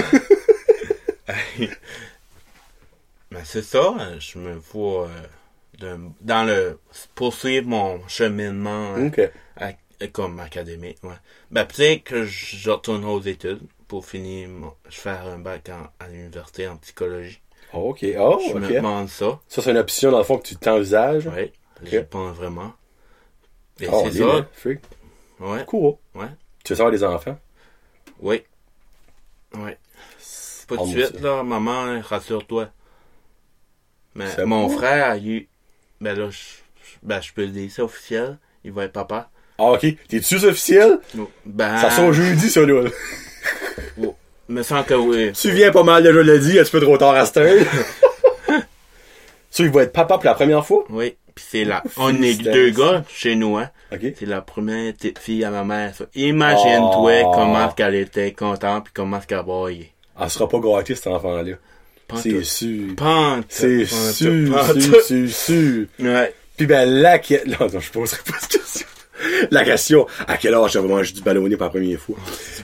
Ben, c'est ça, je me vois poursuivre mon cheminement Ok. comme académique, ouais. Ben, peut-être que je retournerai aux études pour finir, je faire un bac à l'université en psychologie. Ok. Oh, Je me ok. demande ça. Ça, c'est une option, dans le fond, que tu t'envisages. Oui, je pense vraiment. Et Oh, c'est ça. freak. Ouais, Cool. ouais, Tu veux savoir des enfants? oui. Ouais. Pas de Oh, suite, moi, là, maman, rassure-toi. Mais C'est mon bon. frère a eu... Ben là, je peux le dire, c'est officiel. Il va être papa. Ah, ok. T'es-tu officiel? Ben... Ça sort jeudi, ça, là. Oh, me semble que oui. Tu viens pas mal déjà le dit, un petit peu trop tard à cette heure. Ça, il va être papa pour la première fois? Oui. Puis c'est là. On est deux gars chez nous, hein. Ok. C'est la première petite fille à ma mère, ça. Imagine-toi Oh. comment qu'elle était contente puis comment qu'elle broyait. Elle sera pas gâtée, cet enfant-là. C'est Pantoute. sûr. Pantoute, C'est pantoute, sûr, pantoute. sûr. Ouais. Puis ben, non, je poserai pas cette question. La question, à quel âge j'avais mangé du ballonné pour la première fois?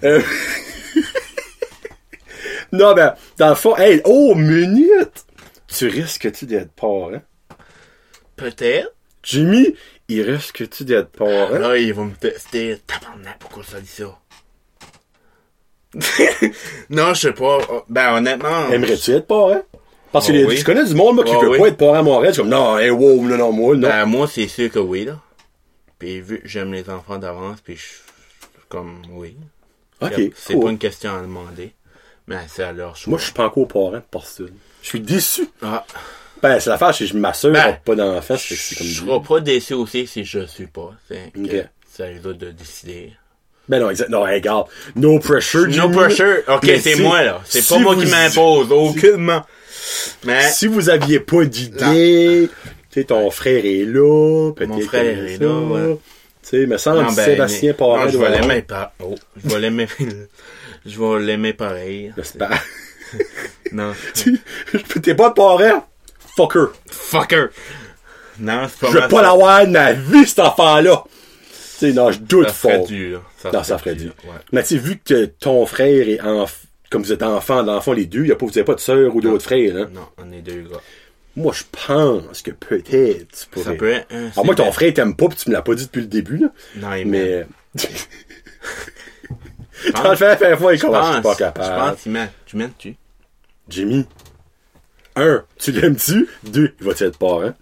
Non, ben, dans le fond, hey, minute! Tu risques-tu d'être parent? Peut-être. Jimmy, il risque-tu d'être parent? Là, ils vont me tester. Tabarnak, pourquoi ça dit ça? Non, je sais pas. Ben, honnêtement. Aimerais-tu être parent? Parce que oui. je connais du monde, moi, qui peut oui. pas être parent à Montréal. C'est comme, non, hey, wow, non, moi, non. Ben, moi, c'est sûr que oui, là. Puis vu que j'aime les enfants d'avance, puis comme, oui. Ok, C'est cool. pas une question à demander. Mais c'est à leur choix. Moi, je suis pas encore parent pour ça. Je suis déçu. Ah. Ben, c'est l'affaire, c'est que je m'assure Ben, pas d'enfant, c'est comme... Je serai pas déçu aussi si je suis pas. C'est Ok. à eux autres de décider. Ben non, exact. Non, hey, regarde. No pressure, No Jimmy. pressure. Ok, Mais c'est si- moi, là. C'est si pas moi qui vous- m'impose. Aucunement. Mais, Si vous aviez pas d'idée, tu sais, ton frère est là, peut-être. Mon frère comme est ça. là, ouais. Tu sais, me semble non, ben, Sébastien Parent non, je doit vais avoir- l'aimer pas. Oh, je vais l'aimer. Je vais l'aimer pareil. J'espère. Non. T'es pas parent? Fucker. Fucker. Non, c'est pas Je veux mal pas ça. l'avoir de ma vie, cet enfant-là. Tu sais, non, je doute Ça ferait fort. dur, là. Non, ça ferait dur. Ouais. Mais tu sais, vu que ton frère est comme vous êtes enfants, d'enfants les deux, vous avez pas de sœur ou d'autres frères, hein? Non, on est deux gars. Moi, je pense que peut-être tu pourrais. Ça peut être un. Alors moi, ton frère t'aime pas pis tu me l'as pas dit depuis le début, là. Non, il m'aime. Mais... T'en le fais faire fois, il commence, je suis pas Je capable. pense qu'il m'aime. Tu m'aimes-tu? Jimmy, 1, tu l'aimes-tu? 2, il va-tu être parent?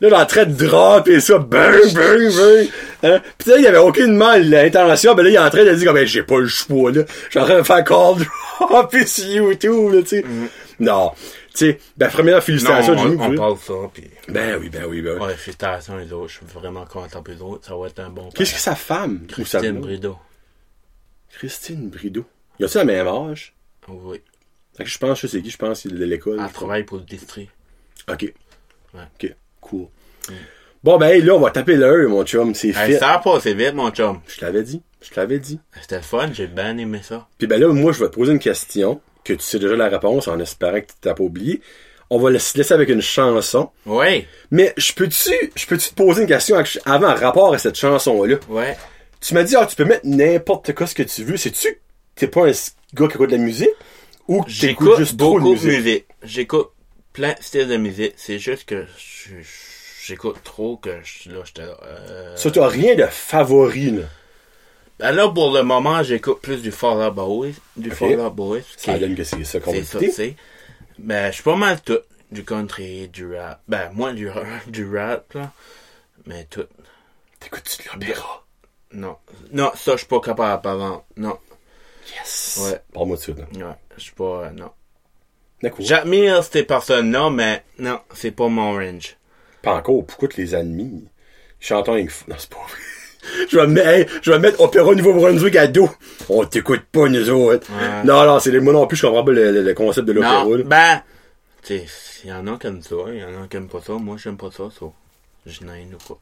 Là, il est en train de dropper ça, bang, bang, bang. Hein? Pis là, il y avait aucune mal l'intention, ben là, il est en train de dire, ben, j'ai pas le choix, là. Je suis en train de faire call drop et sur YouTube, là, tu sais. Non. Tu sais, ben, première félicitations, non, Jimmy. on parle ça, pis... Ben oui. Ouais, félicitations les autres. Je suis vraiment content pour les autres. Ça va être un bon père. Qu'est-ce que sa femme? Christine Brideau. Christine Brideau. Y a-tu la même âge? Oui. Fait que je pense, je sais qui, je pense qu'il est de l'école. Elle travaille pour le district. Ok. Ouais. Ok, cool. Bon, ben, là, on va taper l'heure, mon chum. C'est fait. Ça a passé vite, mon chum. Je te l'avais dit. C'était le fun, j'ai bien aimé ça. Puis ben là, moi, je vais te poser une question, que tu sais déjà la réponse, en espérant que tu t'as pas oublié. On va se laisser avec une chanson. Ouais. Mais je peux-tu te poser une question avant, en rapport à cette chanson-là? Ouais. Tu m'as dit, tu peux mettre n'importe quoi ce que tu veux. C'est-tu que t'es pas un gars qui écoute de la musique? Ou que t'écoutes juste trop de musique? J'écoute plein de styles de musique. C'est juste que j'écoute trop que j'étais là. Ça, t'as rien de favori, là? Ben là, pour le moment, j'écoute plus du Fall Out Boy. Fall Out Boy. Ça donne que c'est ça qu'on va écouter. écouter. C'est ça, ben, je suis pas mal tout. Du country, du rap. Ben, moi, du rap, là. Mais tout. T'écoutes-tu de l'opéra? Non. Non, ça, je suis pas capable, par exemple. Non. Yes! Ouais. Parle-moi de ça, là. Ouais, je suis pas... non. D'accord. J'admire ces personnes-là, mais non, c'est pas mon range. Pas encore. Pourquoi que les ennemis? Chantons avec... Non, c'est pas vrai. Je vais mettre Opéra Nouveau-Brunswick à dos. On t'écoute pas, nous autres. Ouais. Non, c'est moi non plus, je comprends pas le concept de l'opéra. Non, ben, tu sais, il y en a qui aiment ça, il y en a qui aiment pas ça. Moi, j'aime pas ça, je n'aime pas.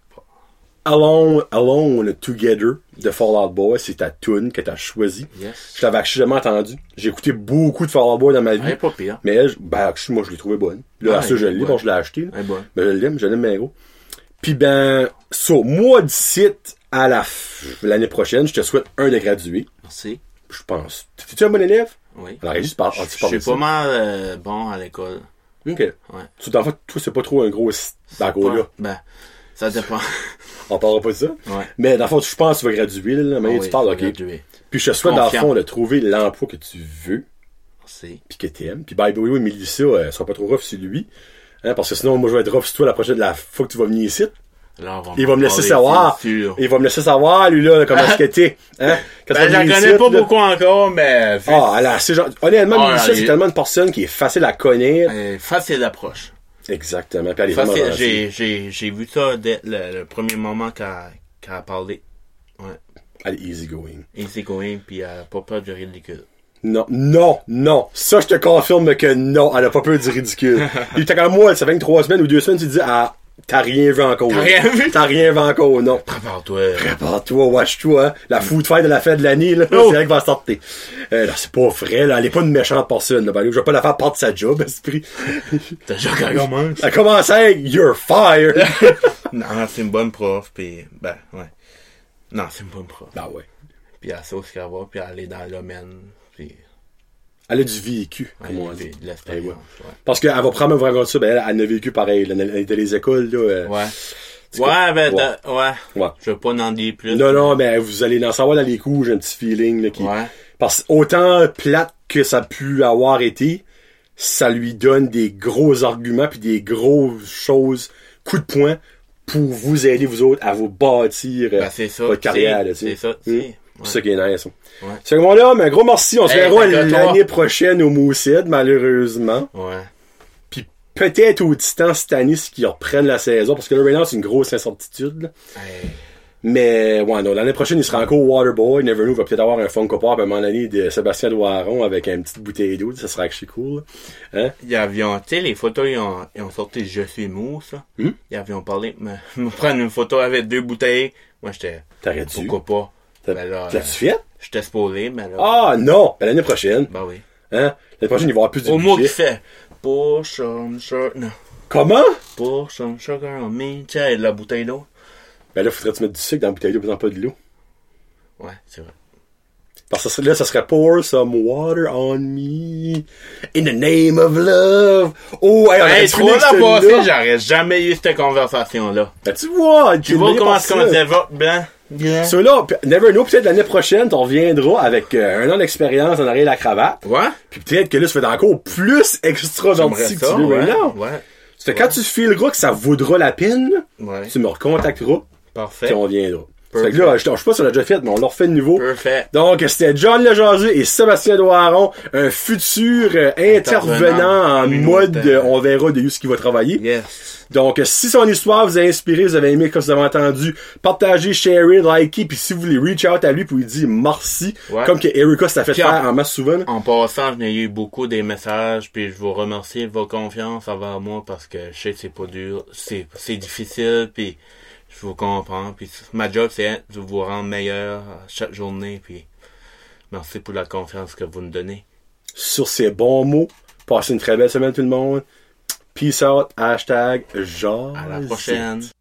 Alone Together de Fall Out Boy, c'est ta tune que t'as choisie. Yes. Je l'avais jamais entendu. J'ai écouté beaucoup de Fall Out Boy dans ma vie. Elle est pas pire. Mais elle, moi, je l'ai trouvée bonne. Là, ça, je l'ai, bon, je l'ai acheté. Elle est bonne. Mais je l'aime bien gros. Puis ben, moi, d'ici à l'année prochaine, je te souhaite de graduer. Merci. Je pense. T'es-tu un bon élève? Oui. Alors, juste par, je suis pas mal bon à l'école. Ok. Ouais. En fait, toi, c'est pas trop un gros bago là. Ben, ça dépend. On parlera pas de ça. Ouais. Mais dans le fond, je pense que tu vas graduer, là. Mais tu parles, ok. Graduer. Puis je te souhaite, dans le fond, de trouver l'emploi que tu veux. Merci. Puis que t'aimes. Puis by the way, Mélissa, sera pas trop rough sur lui. Hein, parce que sinon, moi, je vais être rough sur toi la fois que tu vas venir ici. Là, il va me laisser savoir. Il va me laisser savoir, lui, là, comment est-ce que t'es. Hein? Ben, j'en connais pas beaucoup encore, mais... alors, honnêtement, Mélissa, c'est tellement une personne qui est facile à connaître. Facile d'approche. Exactement. Puis elle est vraiment gentille. J'ai vu ça dès le premier moment qu'elle a parlé. Ouais. Elle est easy going. Easy going, puis elle a pas peur du ridicule. Non. Ça, je te confirme que non, elle a pas peur du ridicule. Puis t'as comme moi, ça fait que 3 semaines ou 2 semaines, tu te dis, t'as rien vu encore. T'as rien vu encore, non. Prépare-toi, watch-toi, hein. La food fight de la fin de l'année, là, c'est elle qui va sortir. Là, c'est pas vrai, là. Elle est pas une méchante personne, là. Ben, je vais pas la faire part de sa job, esprit. Déjà qu'elle commence. Elle commence avec, you're fired. Non, c'est une bonne prof, pis, ben, ouais. Non, c'est une bonne prof. Ben, ouais. Pis elle sait où qu'elle va, pis elle est dans le domaine, pis... Elle a du vécu, comme on dit. De l'expérience, ouais. Parce qu'elle va probablement vous raconter ça, ben, elle a vécu pareil, elle était dans les écoles, là. Ouais. Ouais. Je veux pas en dire plus. Non, mais vous allez en savoir dans les coups, j'ai un petit feeling, là, qui... Ouais. Parce que autant plate que ça a pu avoir été, ça lui donne des gros arguments puis des grosses choses, coups de poing, pour vous aider, vous autres, à vous bâtir votre carrière, là, c'est ça, c'est ça qui est nice. Ouais. C'est que là, mais un gros merci. On se verra l'année prochaine au Moosehead, malheureusement. Ouais. Puis peut-être au Titan cette année, si qu'ils reprennent la saison, parce que là, maintenant, c'est une grosse incertitude. Mais, ouais, non, l'année prochaine, il sera encore Waterboy. Never Know va peut-être avoir un Funko Pop à un moment donné de Sébastien Doiron avec une petite bouteille d'eau. Ça sera actually cool. Hein? Ils avions, tu sais, les photos, ils ont sorti Je suis mousse, là. Ils avions parlé, me prendre une photo avec 2 bouteilles. Moi, j'étais. T'aurais dû. Pourquoi pas? L'as-tu fait? J'étais supposé, mais là... Ah, non! Ben, l'année prochaine. Ben oui. Hein? L'année prochaine, il va y avoir plus de budget. Au mot qui fait. Pour some sugar... Non. Comment? Pour some sugar on me. Tiens, la bouteille d'eau. Ben là, faudrait-tu mettre du sucre dans la bouteille d'eau, pas de l'eau. Ouais, c'est vrai. Parce que là, ça serait pour some water on me. In the name of love. Oh, hey, trop la passée, j'aurais jamais eu cette conversation-là. Ben, tu vois comment ça va, ben. Yeah. So là, Never Know, peut-être l'année prochaine, on reviendra avec un an d'expérience en arrière de la cravate. Ouais. Puis peut-être que là, ça va être encore plus extraverti que tu veux maintenant. Ouais. C'est quand tu fileras que ça vaudra la peine, tu me recontacteras. Parfait. Puis on viendra. Fait que là, je sais pas si on l'a déjà fait, mais on l'a refait de nouveau. Parfait. Donc, c'était John Lejazu et Sébastien Doiron, un futur intervenant en mode on verra de ce qu'il va travailler. Yes. Donc, si son histoire vous a inspiré, vous avez aimé ce que vous avez entendu, partagez, sharez, likez, puis si vous voulez reach out à lui pour lui dire merci, comme que Erika s'est fait faire en masse souvent. En passant, je n'ai eu beaucoup des messages, puis je vous remercie de votre confiance envers moi parce que je sais que c'est pas dur, c'est difficile, puis je vous comprends, puis ma job c'est de vous rendre meilleur chaque journée, puis merci pour la confiance que vous me donnez. Sur ces bons mots, passez une très belle semaine tout le monde. Peace out, #Jazz. À la prochaine.